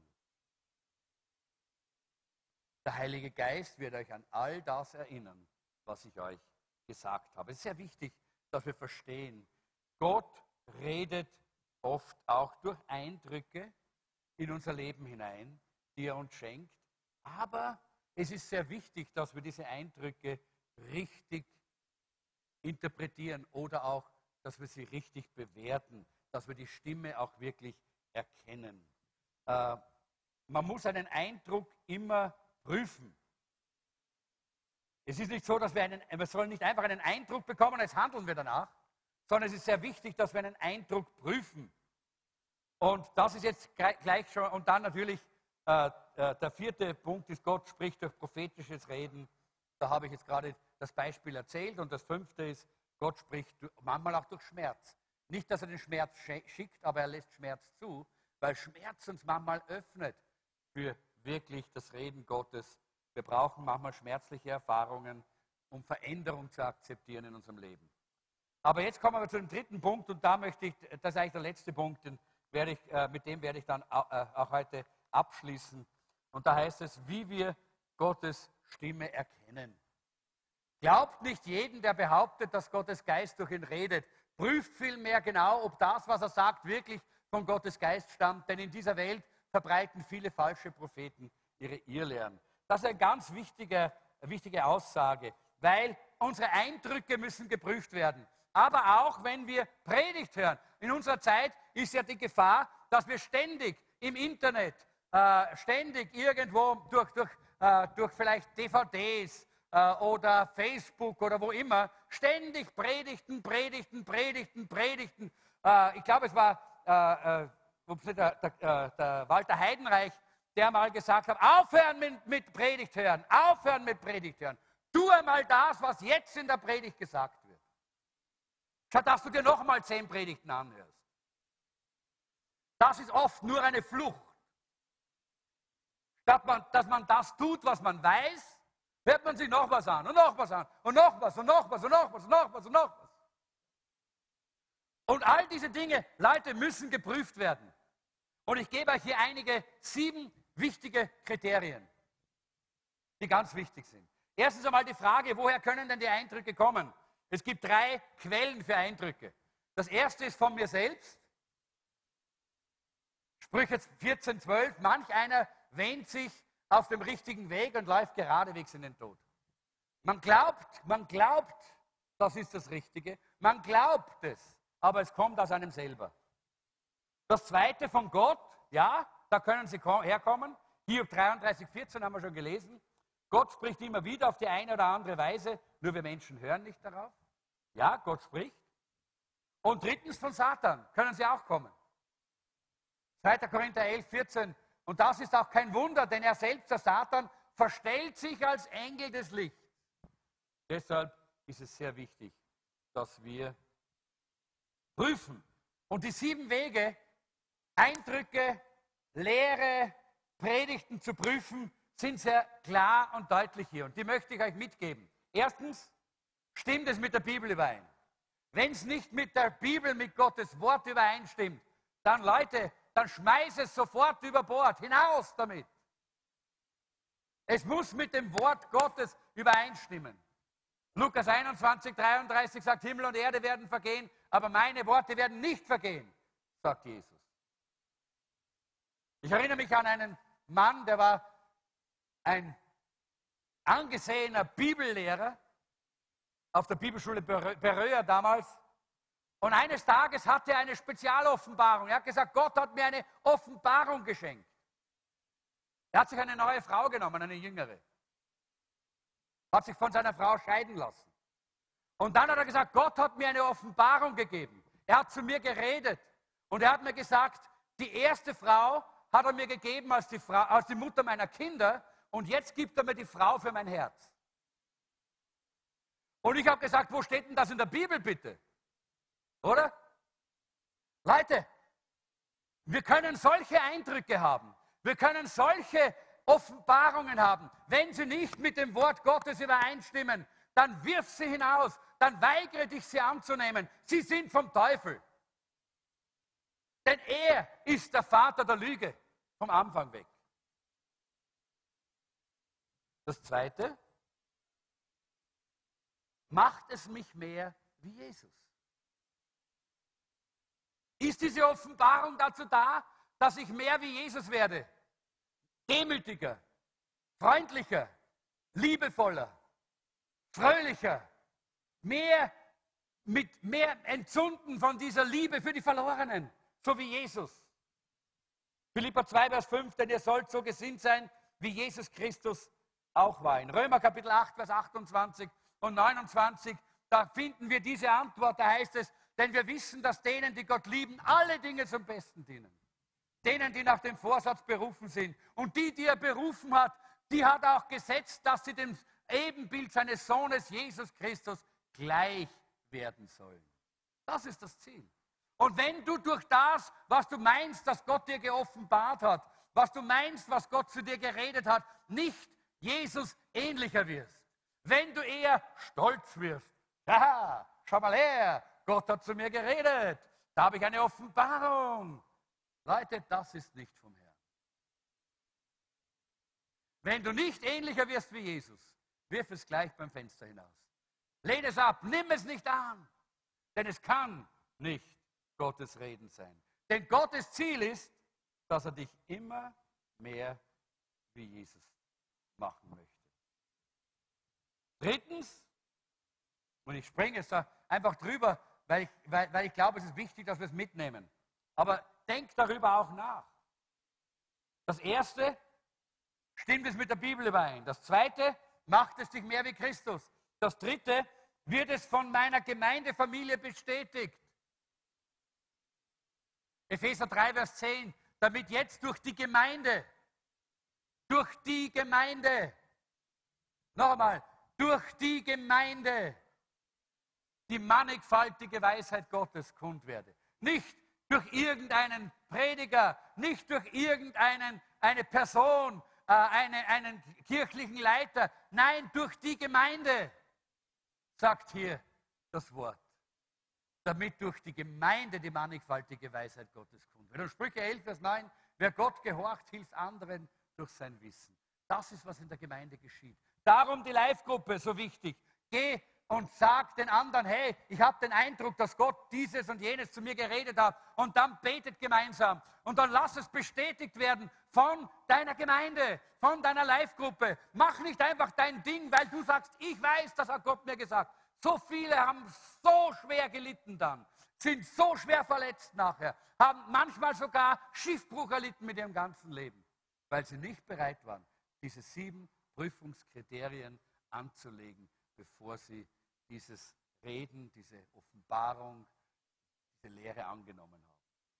Der Heilige Geist wird euch an all das erinnern, was ich euch gesagt habe. Es ist sehr wichtig, dass wir verstehen, Gott redet oft auch durch Eindrücke in unser Leben hinein, die er uns schenkt. Aber es ist sehr wichtig, dass wir diese Eindrücke richtig interpretieren oder auch, dass wir sie richtig bewerten, dass wir die Stimme auch wirklich erkennen. Äh, man muss einen Eindruck immer prüfen. Es ist nicht so, dass wir einen, wir sollen nicht einfach einen Eindruck bekommen, jetzt handeln wir danach, sondern es ist sehr wichtig, dass wir einen Eindruck prüfen. Und das ist jetzt gleich schon, und dann natürlich äh, äh, der vierte Punkt ist, Gott spricht durch prophetisches Reden. Da habe ich jetzt gerade das Beispiel erzählt. Und das fünfte ist, Gott spricht manchmal auch durch Schmerz. Nicht, dass er den Schmerz schickt, aber er lässt Schmerz zu, weil Schmerz uns manchmal öffnet für wirklich das Reden Gottes. Wir brauchen manchmal schmerzliche Erfahrungen, um Veränderung zu akzeptieren in unserem Leben. Aber jetzt kommen wir zu dem dritten Punkt und da möchte ich, das ist eigentlich der letzte Punkt, den werde ich, äh, mit dem werde ich dann auch heute abschließen. Und da heißt es, wie wir Gottes Stimme erkennen. Glaubt nicht jeden, der behauptet, dass Gottes Geist durch ihn redet. Prüft vielmehr genau, ob das, was er sagt, wirklich von Gottes Geist stammt. Denn in dieser Welt verbreiten viele falsche Propheten ihre Irrlehren. Das ist eine ganz wichtige, wichtige Aussage, weil unsere Eindrücke müssen geprüft werden. Aber auch, wenn wir Predigt hören. In unserer Zeit ist ja die Gefahr, dass wir ständig im Internet, äh, ständig irgendwo durch, durch, äh, durch vielleicht D V Ds äh, oder Facebook oder wo immer, ständig Predigten, Predigten, Predigten, Predigten. Äh, ich glaube, es war äh, äh, der, der, der Walter Heidenreich, der mal gesagt hat, aufhören mit, mit Predigt hören, aufhören mit Predigt hören. Tu einmal das, was jetzt in der Predigt gesagt wird. Statt dass du dir noch mal zehn Predigten anhörst. Das ist oft nur eine Flucht. Statt man, dass man das tut, was man weiß, hört man sich noch was an und noch was an und noch was und noch was und noch was und noch was und noch was. Und all diese Dinge, Leute, müssen geprüft werden. Und ich gebe euch hier einige sieben wichtige Kriterien, die ganz wichtig sind. Erstens einmal die Frage, woher können denn die Eindrücke kommen? Es gibt drei Quellen für Eindrücke. Das erste ist von mir selbst. Sprüche vierzehn, zwölf. Manch einer wähnt sich auf dem richtigen Weg und läuft geradewegs in den Tod. Man glaubt, man glaubt, das ist das Richtige. Man glaubt es, aber es kommt aus einem selber. Das zweite von Gott, ja, da können sie herkommen. Hiob dreiunddreißig, vierzehn haben wir schon gelesen. Gott spricht immer wieder auf die eine oder andere Weise, nur wir Menschen hören nicht darauf. Ja, Gott spricht. Und drittens von Satan können sie auch kommen. zweiter Korinther elf, vierzehn. Und das ist auch kein Wunder, denn er selbst, der Satan, verstellt sich als Engel des Lichts. Deshalb ist es sehr wichtig, dass wir prüfen. Und die sieben Wege, Eindrücke, Lehre, Predigten zu prüfen, sind sehr klar und deutlich hier. Und die möchte ich euch mitgeben. Erstens, stimmt es mit der Bibel überein? Wenn es nicht mit der Bibel, mit Gottes Wort übereinstimmt, dann Leute, dann schmeiß es sofort über Bord, hinaus damit. Es muss mit dem Wort Gottes übereinstimmen. Lukas einundzwanzig, dreiunddreißig sagt, Himmel und Erde werden vergehen, aber meine Worte werden nicht vergehen, sagt Jesus. Ich erinnere mich an einen Mann, der war ein angesehener Bibellehrer auf der Bibelschule Beröa damals. Und eines Tages hatte er eine Spezialoffenbarung. Er hat gesagt, Gott hat mir eine Offenbarung geschenkt. Er hat sich eine neue Frau genommen, eine jüngere. Hat sich von seiner Frau scheiden lassen. Und dann hat er gesagt, Gott hat mir eine Offenbarung gegeben. Er hat zu mir geredet. Und er hat mir gesagt, die erste Frau hat er mir gegeben als die, Frau, als die Mutter meiner Kinder. Und jetzt gibt er mir die Frau für mein Herz. Und ich habe gesagt, wo steht denn das in der Bibel bitte? Oder? Leute, wir können solche Eindrücke haben. Wir können solche Offenbarungen haben. Wenn sie nicht mit dem Wort Gottes übereinstimmen, dann wirf sie hinaus. Dann weigere dich, sie anzunehmen. Sie sind vom Teufel. Denn er ist der Vater der Lüge vom Anfang weg. Das Zweite, macht es mich mehr wie Jesus? Ist diese Offenbarung dazu da, dass ich mehr wie Jesus werde? Demütiger, freundlicher, liebevoller, fröhlicher, mehr, mit mehr Entzünden von dieser Liebe für die Verlorenen, so wie Jesus. Philipper zwei, Vers fünf, denn ihr sollt so gesinnt sein, wie Jesus Christus auch war. In Römer Kapitel acht, Vers achtundzwanzig und neunundzwanzig, da finden wir diese Antwort, da heißt es, denn wir wissen, dass denen, die Gott lieben, alle Dinge zum Besten dienen. Denen, die nach dem Vorsatz berufen sind. Und die, die er berufen hat, die hat er auch gesetzt, dass sie dem Ebenbild seines Sohnes Jesus Christus gleich werden sollen. Das ist das Ziel. Und wenn du durch das, was du meinst, dass Gott dir geoffenbart hat, was du meinst, was Gott zu dir geredet hat, nicht Jesus ähnlicher wirst, wenn du eher stolz wirst, haha, schau mal her, Gott hat zu mir geredet, da habe ich eine Offenbarung. Leute, das ist nicht vom Herrn. Wenn du nicht ähnlicher wirst wie Jesus, wirf es gleich beim Fenster hinaus. Lehne es ab, nimm es nicht an, denn es kann nicht Gottes Reden sein. Denn Gottes Ziel ist, dass er dich immer mehr wie Jesus machen möchte. Drittens, und ich springe jetzt da einfach drüber, weil ich, weil, weil ich glaube, es ist wichtig, dass wir es mitnehmen. Aber denk darüber auch nach. Das Erste, stimmt es mit der Bibel überein. Das Zweite, macht es dich mehr wie Christus. Das Dritte, wird es von meiner Gemeindefamilie bestätigt. Epheser drei, Vers zehn, damit jetzt durch die Gemeinde, durch die Gemeinde, noch einmal, durch die Gemeinde die mannigfaltige Weisheit Gottes kund werde. Nicht durch irgendeinen Prediger, nicht durch irgendeine eine Person, äh, eine, einen kirchlichen Leiter, nein, durch die Gemeinde, sagt hier das Wort. Damit durch die Gemeinde die mannigfaltige Weisheit Gottes kund wird. Und Sprüche elf, Vers neun, wer Gott gehorcht, hilft anderen durch sein Wissen. Das ist, was in der Gemeinde geschieht. Darum die Live-Gruppe so wichtig. Geh und sag den anderen, hey, ich habe den Eindruck, dass Gott dieses und jenes zu mir geredet hat. Und dann betet gemeinsam. Und dann lass es bestätigt werden von deiner Gemeinde, von deiner Live-Gruppe. Mach nicht einfach dein Ding, weil du sagst, ich weiß, das hat Gott mir gesagt. So viele haben so schwer gelitten dann, sind so schwer verletzt nachher, haben manchmal sogar Schiffbruch erlitten mit ihrem ganzen Leben, weil sie nicht bereit waren, diese sieben Prüfungskriterien anzulegen, bevor sie dieses Reden, diese Offenbarung, diese Lehre angenommen haben.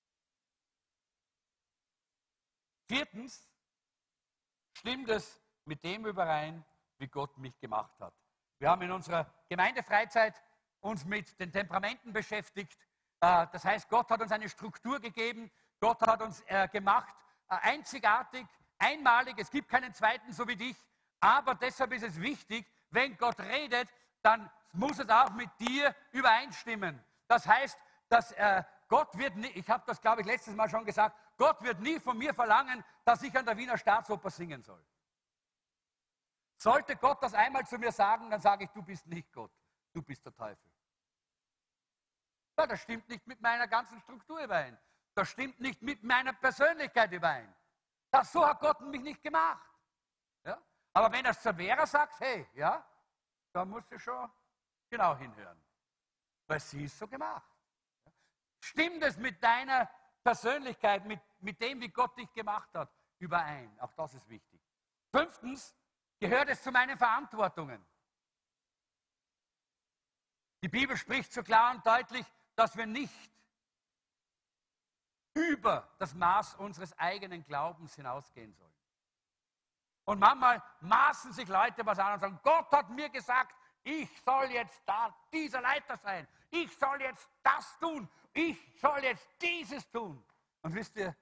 Viertens, stimmt es mit dem überein, wie Gott mich gemacht hat. Wir haben in unserer Gemeindefreizeit uns mit den Temperamenten beschäftigt. Das heißt, Gott hat uns eine Struktur gegeben, Gott hat uns gemacht, einzigartig, einmalig, es gibt keinen zweiten so wie dich, aber deshalb ist es wichtig, wenn Gott redet, dann muss es auch mit dir übereinstimmen. Das heißt, dass äh, Gott wird nie, ich habe das glaube ich letztes Mal schon gesagt, Gott wird nie von mir verlangen, dass ich an der Wiener Staatsoper singen soll. Sollte Gott das einmal zu mir sagen, dann sage ich, du bist nicht Gott, du bist der Teufel. Ja, das stimmt nicht mit meiner ganzen Struktur überein. Das stimmt nicht mit meiner Persönlichkeit überein. Das, so hat Gott mich nicht gemacht. Ja? Aber wenn er es zur Vera sagt, hey, ja, dann musst du schon genau hinhören. Weil sie ist so gemacht. Stimmt es mit deiner Persönlichkeit, mit, mit dem, wie Gott dich gemacht hat, überein? Auch das ist wichtig. Fünftens, gehört es zu meinen Verantwortungen. Die Bibel spricht so klar und deutlich, dass wir nicht über das Maß unseres eigenen Glaubens hinausgehen sollen. Und manchmal maßen sich Leute was an und sagen, Gott hat mir gesagt, ich soll jetzt da dieser Leiter sein, ich soll jetzt das tun, ich soll jetzt dieses tun. Und wisst ihr,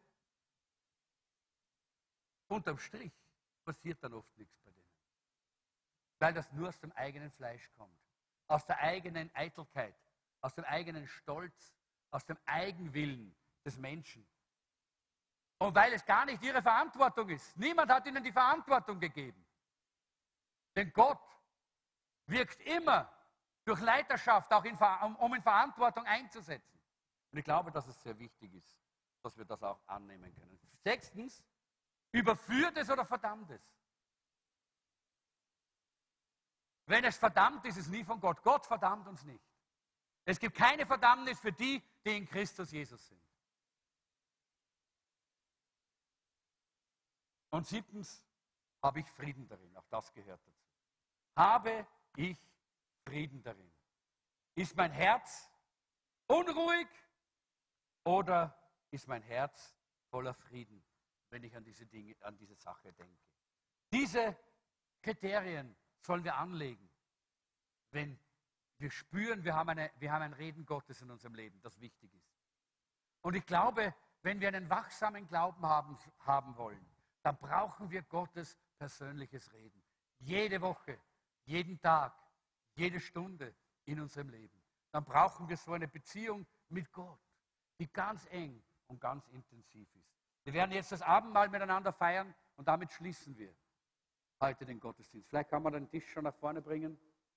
unterm Strich passiert dann oft nichts bei denen. Weil das nur aus dem eigenen Fleisch kommt, aus der eigenen Eitelkeit, aus dem eigenen Stolz, aus dem Eigenwillen des Menschen. Und weil es gar nicht ihre Verantwortung ist. Niemand hat ihnen die Verantwortung gegeben. Denn Gott wirkt immer durch Leiterschaft, auch in, um in Verantwortung einzusetzen. Und ich glaube, dass es sehr wichtig ist, dass wir das auch annehmen können. Sechstens, überführt es oder verdammt es? Wenn es verdammt ist, ist es nie von Gott. Gott verdammt uns nicht. Es gibt keine Verdammnis für die, die in Christus Jesus sind. Und siebtens, habe ich Frieden darin. Auch das gehört dazu. Habe ich Frieden darin? Ist mein Herz unruhig oder ist mein Herz voller Frieden, wenn ich an diese Dinge, an diese Sache denke? Diese Kriterien sollen wir anlegen, wenn wir spüren, wir haben, eine, wir haben ein Reden Gottes in unserem Leben, das wichtig ist. Und ich glaube, wenn wir einen wachsamen Glauben haben, haben wollen, dann brauchen wir Gottes persönliches Reden. Jede Woche, jeden Tag, jede Stunde in unserem Leben. Dann brauchen wir so eine Beziehung mit Gott, die ganz eng und ganz intensiv ist. Wir werden jetzt das Abendmahl miteinander feiern und damit schließen wir heute den Gottesdienst. Vielleicht kann man den Tisch schon nach vorne bringen.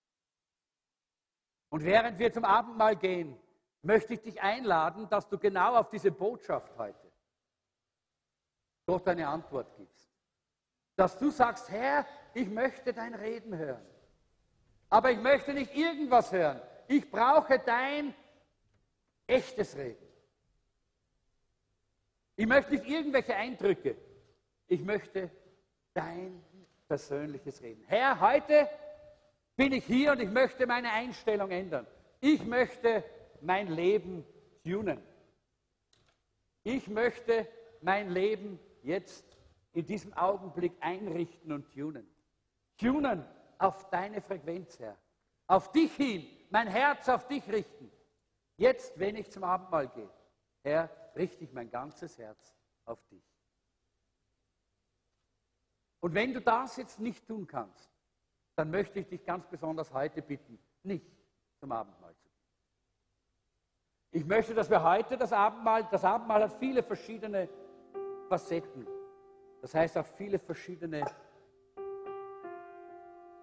Und während wir zum Abendmahl gehen, möchte ich dich einladen, dass du genau auf diese Botschaft heute Gott eine Antwort gibst. Dass du sagst, Herr, ich möchte dein Reden hören. Aber ich möchte nicht irgendwas hören. Ich brauche dein echtes Reden. Ich möchte nicht irgendwelche Eindrücke. Ich möchte dein persönliches Reden. Herr, heute bin ich hier und ich möchte meine Einstellung ändern. Ich möchte mein Leben tunen. Ich möchte mein Leben jetzt in diesem Augenblick einrichten und tunen. Tunen auf deine Frequenz, Herr. Auf dich hin, mein Herz auf dich richten. Jetzt, wenn ich zum Abendmahl gehe, Herr, richte ich mein ganzes Herz auf dich. Und wenn du das jetzt nicht tun kannst, dann möchte ich dich ganz besonders heute bitten, nicht zum Abendmahl zu gehen. Ich möchte, dass wir heute das Abendmahl, das Abendmahl hat viele verschiedene Facetten. Das heißt auch viele verschiedene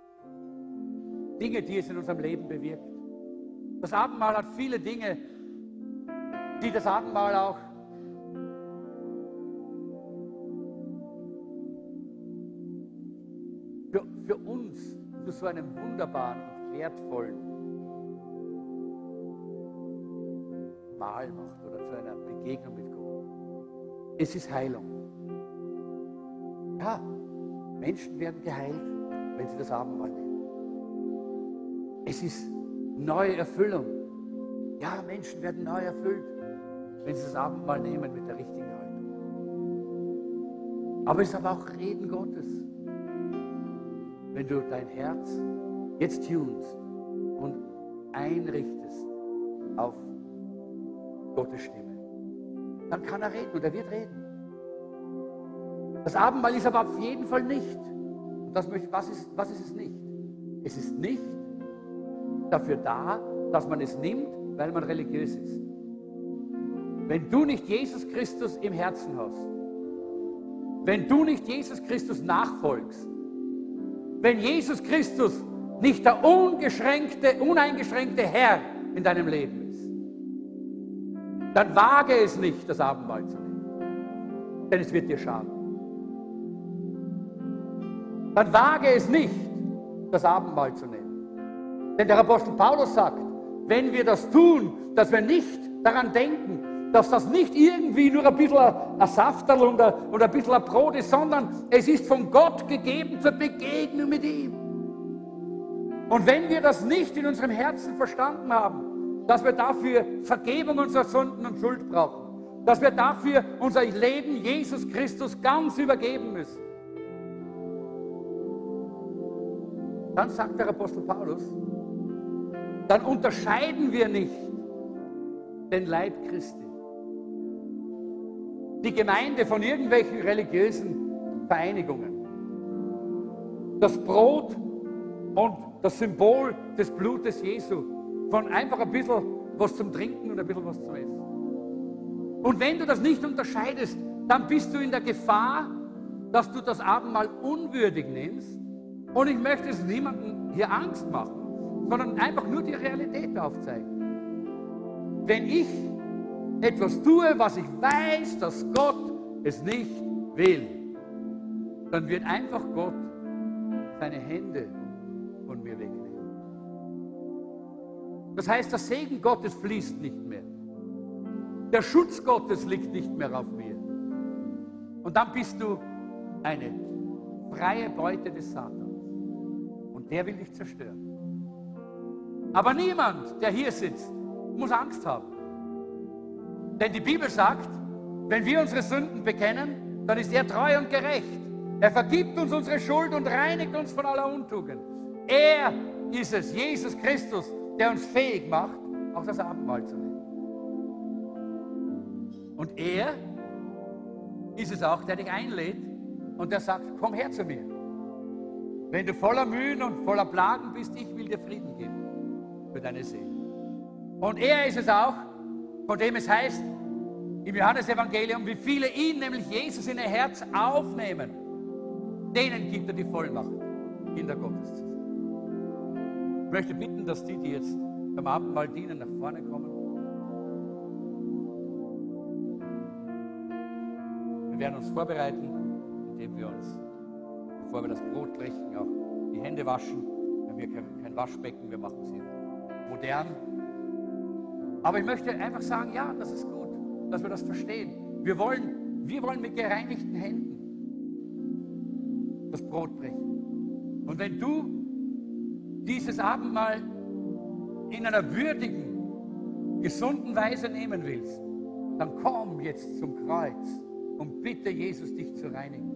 Dinge, die es in unserem Leben bewirkt. Das Abendmahl hat viele Dinge, die das Abendmahl auch für, für uns zu so einem wunderbaren und wertvollen Mahl macht oder zu einer Begegnung mit Gott. Es ist Heilung. Ja, Menschen werden geheilt, wenn sie das Abendmahl nehmen. Es ist neue Erfüllung. Ja, Menschen werden neu erfüllt, wenn sie das Abendmahl nehmen mit der richtigen Haltung. Aber es ist aber auch Reden Gottes. Wenn du dein Herz jetzt tunst und einrichtest auf Gottes Stimme, dann kann er reden und er wird reden. Das Abendmahl ist aber auf jeden Fall nicht, und das möchte, was, ist, was ist es nicht? Es ist nicht dafür da, dass man es nimmt, weil man religiös ist. Wenn du nicht Jesus Christus im Herzen hast, wenn du nicht Jesus Christus nachfolgst, wenn Jesus Christus nicht der ungeschränkte, uneingeschränkte Herr in deinem Leben ist, dann wage es nicht, das Abendmahl zu nehmen, denn es wird dir schaden. Dann wage es nicht, das Abendmahl zu nehmen. Denn der Apostel Paulus sagt, wenn wir das tun, dass wir nicht daran denken, dass das nicht irgendwie nur ein bisschen ein Safterl und ein, und ein bisschen ein Brot ist, sondern es ist von Gott gegeben zur Begegnung mit ihm. Und wenn wir das nicht in unserem Herzen verstanden haben, dass wir dafür Vergebung unserer Sünden und Schuld brauchen, dass wir dafür unser Leben Jesus Christus ganz übergeben müssen, dann sagt der Apostel Paulus, dann unterscheiden wir nicht den Leib Christi, die Gemeinde von irgendwelchen religiösen Vereinigungen, das Brot und das Symbol des Blutes Jesu, von einfach ein bisschen was zum Trinken und ein bisschen was zum Essen. Und wenn du das nicht unterscheidest, dann bist du in der Gefahr, dass du das Abendmahl unwürdig nimmst. Und ich möchte es niemandem hier Angst machen, sondern einfach nur die Realität aufzeigen. Wenn ich etwas tue, was ich weiß, dass Gott es nicht will, dann wird einfach Gott seine Hände von mir wegnehmen. Das heißt, der Segen Gottes fließt nicht mehr. Der Schutz Gottes liegt nicht mehr auf mir. Und dann bist du eine freie Beute des Satans. Und der will dich zerstören. Aber niemand, der hier sitzt, muss Angst haben. Denn die Bibel sagt, wenn wir unsere Sünden bekennen, dann ist er treu und gerecht. Er vergibt uns unsere Schuld und reinigt uns von aller Untugend. Er ist es, Jesus Christus, der uns fähig macht, auch das Abendmahl zu nehmen. Und er ist es auch, der dich einlädt und der sagt, komm her zu mir. Wenn du voller Mühen und voller Plagen bist, ich will dir Frieden geben für deine Seele. Und er ist es auch, von dem es heißt im Johannesevangelium, wie viele ihn, nämlich Jesus, in ihr Herz aufnehmen, denen gibt er die Vollmacht, Kinder Gottes zu sein. Ich möchte bitten, dass die, die jetzt beim Abendmahl dienen, nach vorne kommen. Wir werden uns vorbereiten, indem wir uns, bevor wir das Brot brechen, auch die Hände waschen. Wir haben hier kein, kein Waschbecken, wir machen es hier modern. Aber ich möchte einfach sagen, ja, das ist gut, dass wir das verstehen. Wir wollen, wir wollen mit gereinigten Händen das Brot brechen. Und wenn du dieses Abendmahl in einer würdigen, gesunden Weise nehmen willst, dann komm jetzt zum Kreuz und bitte Jesus, dich zu reinigen.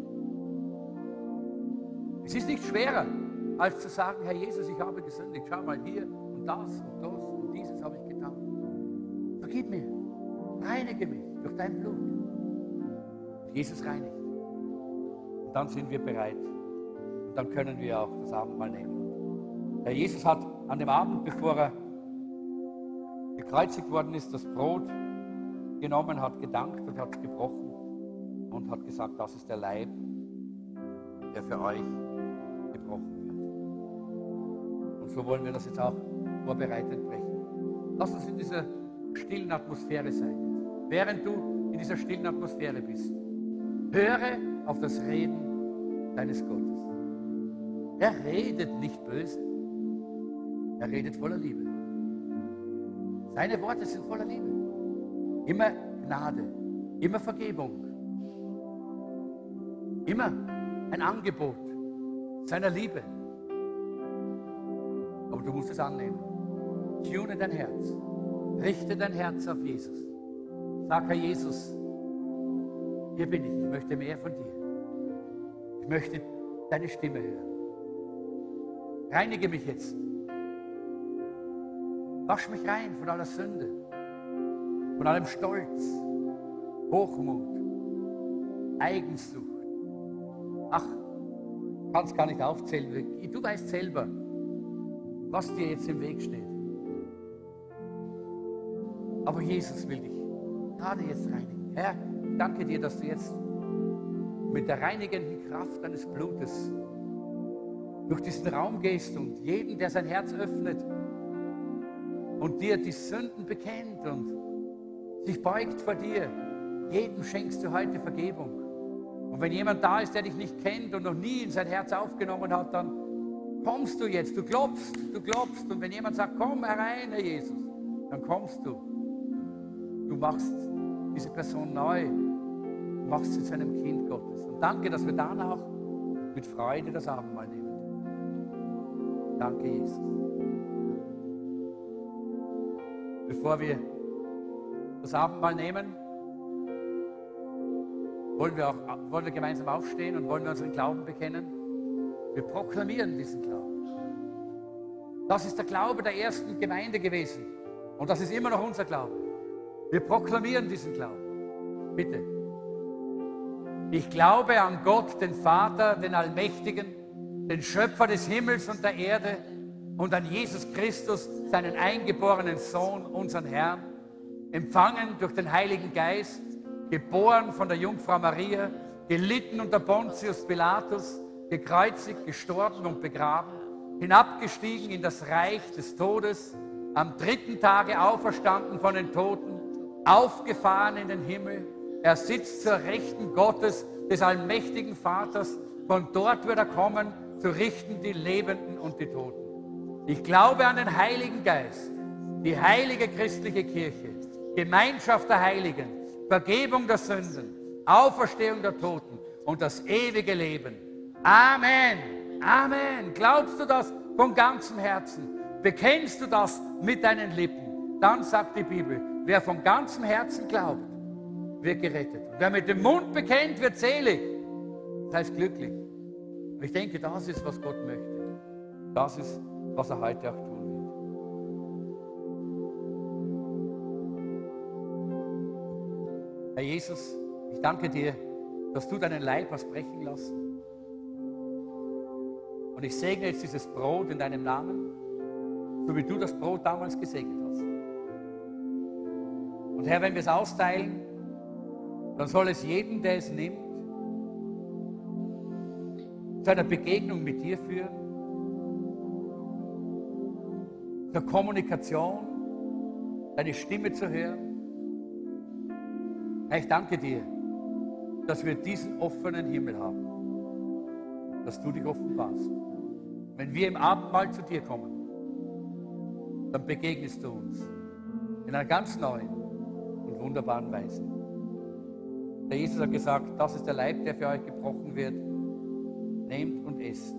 Es ist nicht schwerer, als zu sagen, Herr Jesus, ich habe gesündigt. Schau mal hier und das und das und dieses habe ich getan. Vergib mir, reinige mich durch dein Blut. Und Jesus reinigt. Und dann sind wir bereit. Und dann können wir auch das Abendmahl nehmen. Herr Jesus hat an dem Abend, bevor er gekreuzigt worden ist, das Brot genommen, hat gedankt und hat gebrochen und hat gesagt, das ist der Leib, der für euch gebrochen wird. Und so wollen wir das jetzt auch vorbereitend brechen. Lass uns in dieser stillen Atmosphäre sein. Während du in dieser stillen Atmosphäre bist, höre auf das Reden deines Gottes. Er redet nicht böse, er redet voller Liebe. Seine Worte sind voller Liebe. Immer Gnade, immer Vergebung, immer ein Angebot seiner Liebe. Aber du musst es annehmen. Tune dein Herz, richte dein Herz auf Jesus. Sag, Herr Jesus, hier bin ich, ich möchte mehr von dir. Ich möchte deine Stimme hören. Reinige mich jetzt. Wasch mich rein von aller Sünde, von allem Stolz, Hochmut, Eigensucht. Ach, ich kann es gar nicht aufzählen. Du weißt selber, was dir jetzt im Weg steht. Aber Jesus will dich gerade jetzt reinigen. Herr, danke dir, dass du jetzt mit der reinigenden Kraft deines Blutes durch diesen Raum gehst und jeden, der sein Herz öffnet und dir die Sünden bekennt und sich beugt vor dir, jedem schenkst du heute Vergebung. Und wenn jemand da ist, der dich nicht kennt und noch nie in sein Herz aufgenommen hat, dann kommst du jetzt, du klopfst, du klopfst. Und wenn jemand sagt, komm herein, Herr Jesus, dann kommst du. Du machst diese Person neu, du machst sie zu einem Kind Gottes. Und danke, dass wir dann auch mit Freude das Abendmahl nehmen. Danke, Jesus. Bevor wir das Abendmahl nehmen, wollen wir, auch, wollen wir gemeinsam aufstehen und wollen wir unseren Glauben bekennen. Wir proklamieren diesen Glauben. Das ist der Glaube der ersten Gemeinde gewesen. Und das ist immer noch unser Glaube. Wir proklamieren diesen Glauben. Bitte. Ich glaube an Gott, den Vater, den Allmächtigen, den Schöpfer des Himmels und der Erde und an Jesus Christus, seinen eingeborenen Sohn, unseren Herrn, empfangen durch den Heiligen Geist, geboren von der Jungfrau Maria, gelitten unter Pontius Pilatus, gekreuzigt, gestorben und begraben, hinabgestiegen in das Reich des Todes, am dritten Tage auferstanden von den Toten, aufgefahren in den Himmel. Er sitzt zur Rechten Gottes, des allmächtigen Vaters. Von dort wird er kommen, zu richten die Lebenden und die Toten. Ich glaube an den Heiligen Geist, die heilige christliche Kirche, Gemeinschaft der Heiligen, Vergebung der Sünden, Auferstehung der Toten und das ewige Leben. Amen. Amen. Glaubst du das von ganzem Herzen? Bekennst du das mit deinen Lippen? Dann sagt die Bibel, wer von ganzem Herzen glaubt, wird gerettet. Wer mit dem Mund bekennt, wird selig. Das heißt glücklich. Und ich denke, das ist, was Gott möchte. Das ist, was er heute auch tun wird. Herr Jesus, ich danke dir, dass du deinen Leib hast brechen lassen. Und ich segne jetzt dieses Brot in deinem Namen, so wie du das Brot damals gesegnet hast. Und Herr, wenn wir es austeilen, dann soll es jeden, der es nimmt, zu einer Begegnung mit dir führen, zur Kommunikation, deine Stimme zu hören. Herr, ich danke dir, dass wir diesen offenen Himmel haben, dass du dich offenbarst. Wenn wir im Abendmahl zu dir kommen, dann begegnest du uns in einer ganz neuen und wunderbaren Weise. Der Jesus hat gesagt, das ist der Leib, der für euch gebrochen wird. Nehmt und esst.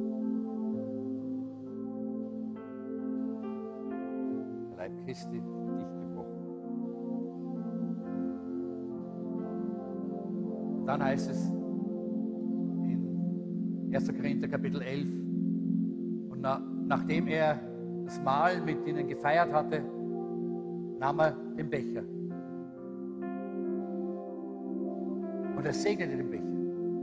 Der Leib Christi für dich gebrochen. Und dann heißt es in erster Korinther Kapitel elf, und na, nachdem er das Mahl mit ihnen gefeiert hatte, nahm er den Becher. Und er segnete den Becher.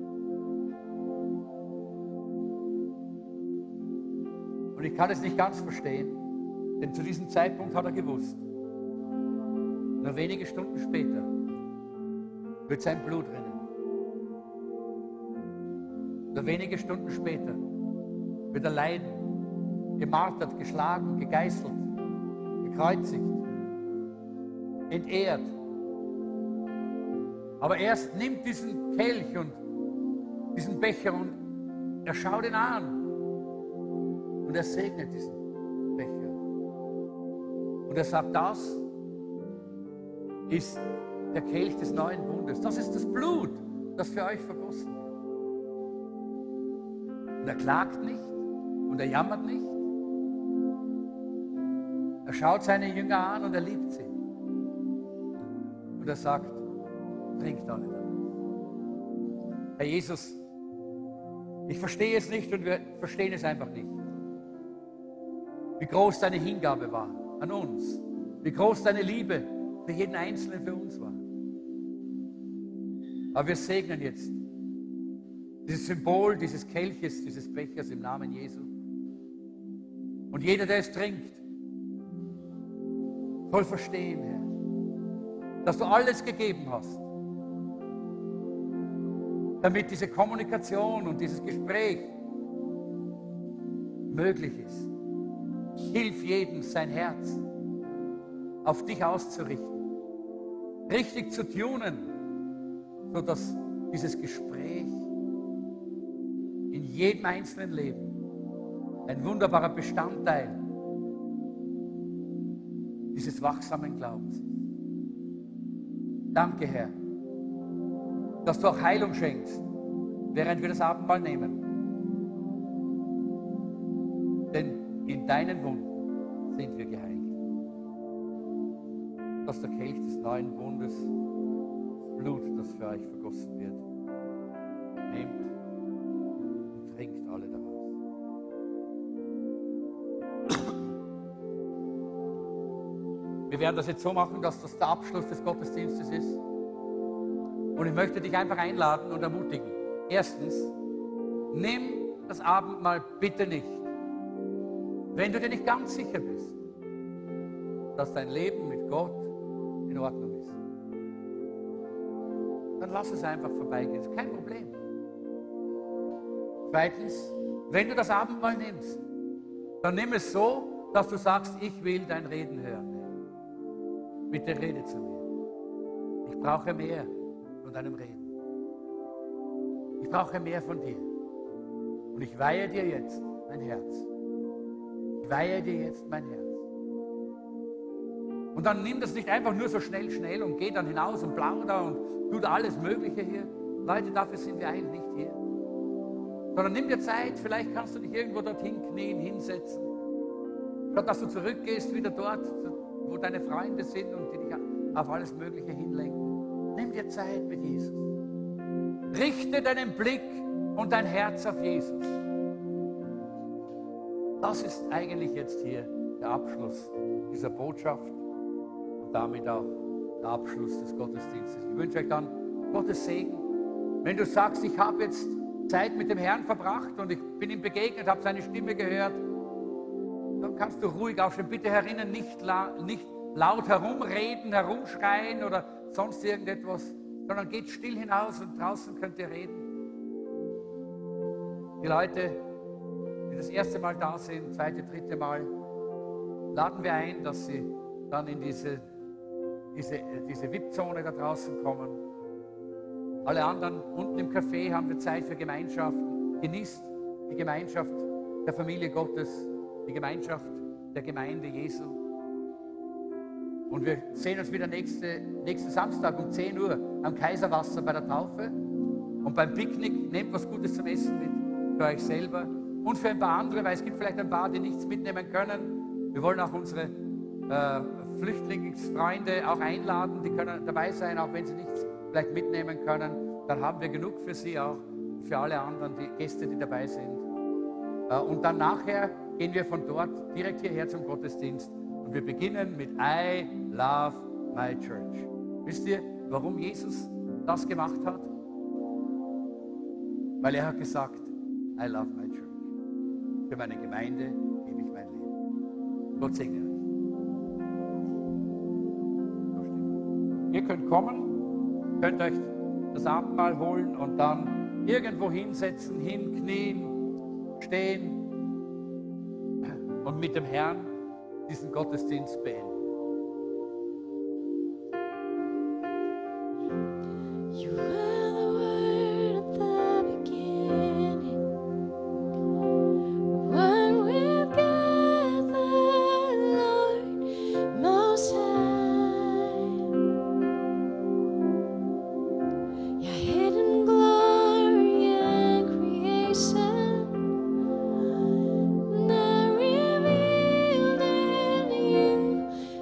Und ich kann es nicht ganz verstehen, denn zu diesem Zeitpunkt hat er gewusst, nur wenige Stunden später wird sein Blut rinnen. Nur wenige Stunden später wird er leiden gemartert, geschlagen, gegeißelt, gekreuzigt, entehrt. Aber erst nimmt diesen Kelch und diesen Becher und er schaut ihn an und er segnet diesen Becher. Und er sagt, das ist der Kelch des neuen Bundes. Das ist das Blut, das für euch vergossen wird. Und er klagt nicht und er jammert nicht. Er schaut seine Jünger an und er liebt sie. Und er sagt, trinkt alle daraus. Herr Jesus, ich verstehe es nicht und wir verstehen es einfach nicht. Wie groß deine Hingabe war an uns. Wie groß deine Liebe für jeden Einzelnen für uns war. Aber wir segnen jetzt dieses Symbol dieses Kelches, dieses Bechers im Namen Jesu. Und jeder, der es trinkt, soll verstehen, Herr, dass du alles gegeben hast, damit diese Kommunikation und dieses Gespräch möglich ist. Hilf jedem, sein Herz auf dich auszurichten, richtig zu tunen, sodass dieses Gespräch in jedem einzelnen Leben ein wunderbarer Bestandteil dieses wachsamen Glaubens ist. Danke, Herr, dass du auch Heilung schenkst, während wir das Abendmahl nehmen. Denn in deinen Wunden sind wir geheilt. Dass der Kelch des neuen Bundes, das Blut, das für euch vergossen wird, nehmt und trinkt alle daraus. Wir werden das jetzt so machen, dass das der Abschluss des Gottesdienstes ist. Und ich möchte dich einfach einladen und ermutigen. Erstens, nimm das Abendmahl bitte nicht, wenn du dir nicht ganz sicher bist, dass dein Leben mit Gott in Ordnung ist. Dann lass es einfach vorbeigehen, das ist kein Problem. Zweitens, wenn du das Abendmahl nimmst, dann nimm es so, dass du sagst, ich will dein Reden hören. Bitte rede zu mir. Ich brauche mehr von deinem Reden. Ich brauche mehr von dir. Und ich weihe dir jetzt mein Herz. Ich weihe dir jetzt mein Herz. Und dann nimm das nicht einfach nur so schnell, schnell und geh dann hinaus und plauder und tut alles Mögliche hier. Leute, dafür sind wir eigentlich nicht hier. Sondern nimm dir Zeit, vielleicht kannst du dich irgendwo dorthin knien, hinsetzen. Statt dass du zurückgehst, wieder dort, wo deine Freunde sind und die dich auf alles Mögliche hinlenken. Nimm dir Zeit mit Jesus. Richte deinen Blick und dein Herz auf Jesus. Das ist eigentlich jetzt hier der Abschluss dieser Botschaft und damit auch der Abschluss des Gottesdienstes. Ich wünsche euch dann Gottes Segen. Wenn du sagst, ich habe jetzt Zeit mit dem Herrn verbracht und ich bin ihm begegnet, habe seine Stimme gehört, dann kannst du ruhig aufstehen. Bitte herinnen nicht, la nicht laut herumreden, herumschreien oder sonst irgendetwas, sondern geht still hinaus und draußen könnt ihr reden. Die Leute, die das erste Mal da sind, zweite, dritte Mal, laden wir ein, dass sie dann in diese, diese, diese V I P-Zone da draußen kommen. Alle anderen unten im Café haben wir Zeit für Gemeinschaft. Genießt die Gemeinschaft der Familie Gottes, die Gemeinschaft der Gemeinde Jesu. Und wir sehen uns wieder nächste, nächsten Samstag um zehn Uhr am Kaiserwasser bei der Taufe. Und beim Picknick nehmt was Gutes zum Essen mit, für euch selber und für ein paar andere, weil es gibt vielleicht ein paar, die nichts mitnehmen können. Wir wollen auch unsere äh, Flüchtlingsfreunde auch einladen, die können dabei sein, auch wenn sie nichts vielleicht mitnehmen können. Dann haben wir genug für sie auch, für alle anderen, die Gäste, die dabei sind. Äh, und dann nachher gehen wir von dort direkt hierher zum Gottesdienst und wir beginnen mit I love my church. Wisst ihr, warum Jesus das gemacht hat? Weil er hat gesagt, I love my church. Für meine Gemeinde gebe ich mein Leben. Gott segne euch. Ihr könnt kommen, könnt euch das Abendmahl holen und dann irgendwo hinsetzen, hinknien, stehen. und mit dem Herrn diesen Gottesdienst beenden. You were the Word at the beginning, one with God the Lord Most High. Your hidden glory and creation, now revealed in you.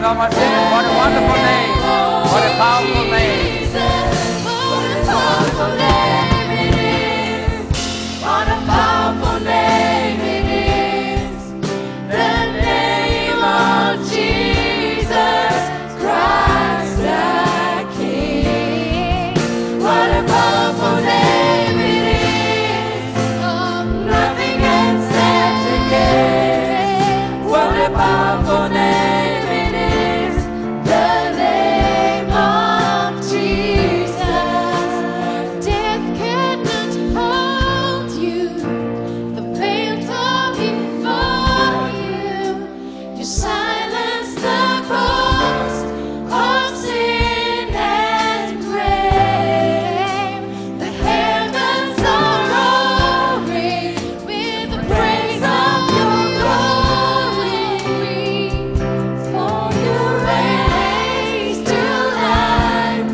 nochmal singen. What a wonderful name. What a powerful name. What a powerful name it is. What a powerful name it is. The name of Jesus Christ the King. What a powerful name it is. Oh, nothing can stand against. What a powerful name it is. The name of Jesus. Death cannot hold you. The veil tore before you. You silence the ghost of sin and grave. The heavens are roaring with the praise of your glory. For you raised to life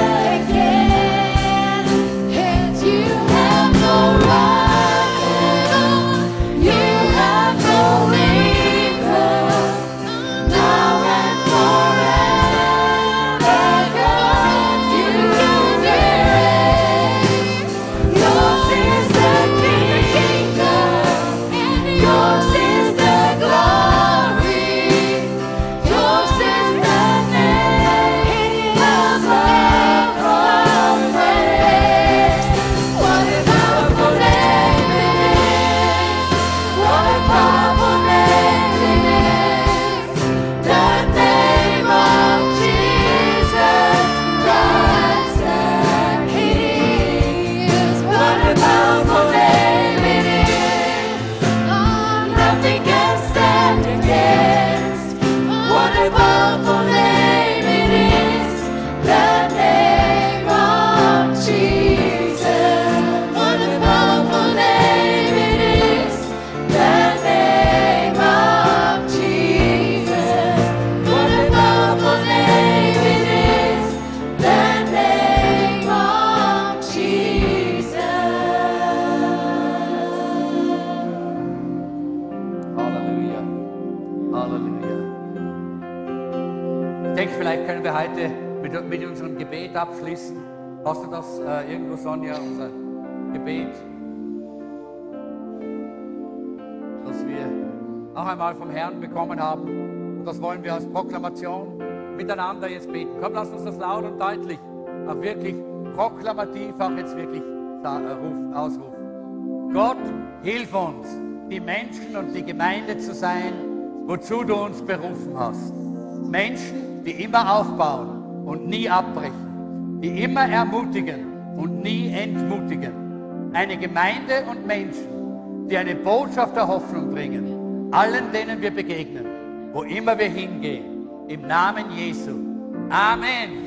again, and you have no rival, you have no equal, now and forever. God, you reign. Yours is the kingdom, and yours is the glory. Yours is the name above all names. What a powerful name it is. What a powerful name it is. The name of Jesus Christ the King. What a powerful name it is. Oh, nothing can stand against. What a powerful name it is. The name of Jesus. What a powerful name it is. The name of Jesus. What a powerful name it is. The name of Jesus. Halleluja. Halleluja. Ich denke, vielleicht können wir heute mit, mit unserem Gebet abschließen. Hast du das äh, irgendwo, Sonja, unser Gebet? Das wir auch einmal vom Herrn bekommen haben. Und das wollen wir als Proklamation miteinander jetzt beten. Komm, lass uns das laut und deutlich, auch wirklich proklamativ, auch jetzt wirklich sa- äh, ruf- ausrufen. Gott, hilf uns, die Menschen und die Gemeinde zu sein, wozu du uns berufen hast. Menschen, die immer aufbauen und nie abbrechen, die immer ermutigen und nie entmutigen. Eine Gemeinde und Menschen, die eine Botschaft der Hoffnung bringen, allen, denen wir begegnen, wo immer wir hingehen. Im Namen Jesu. Amen.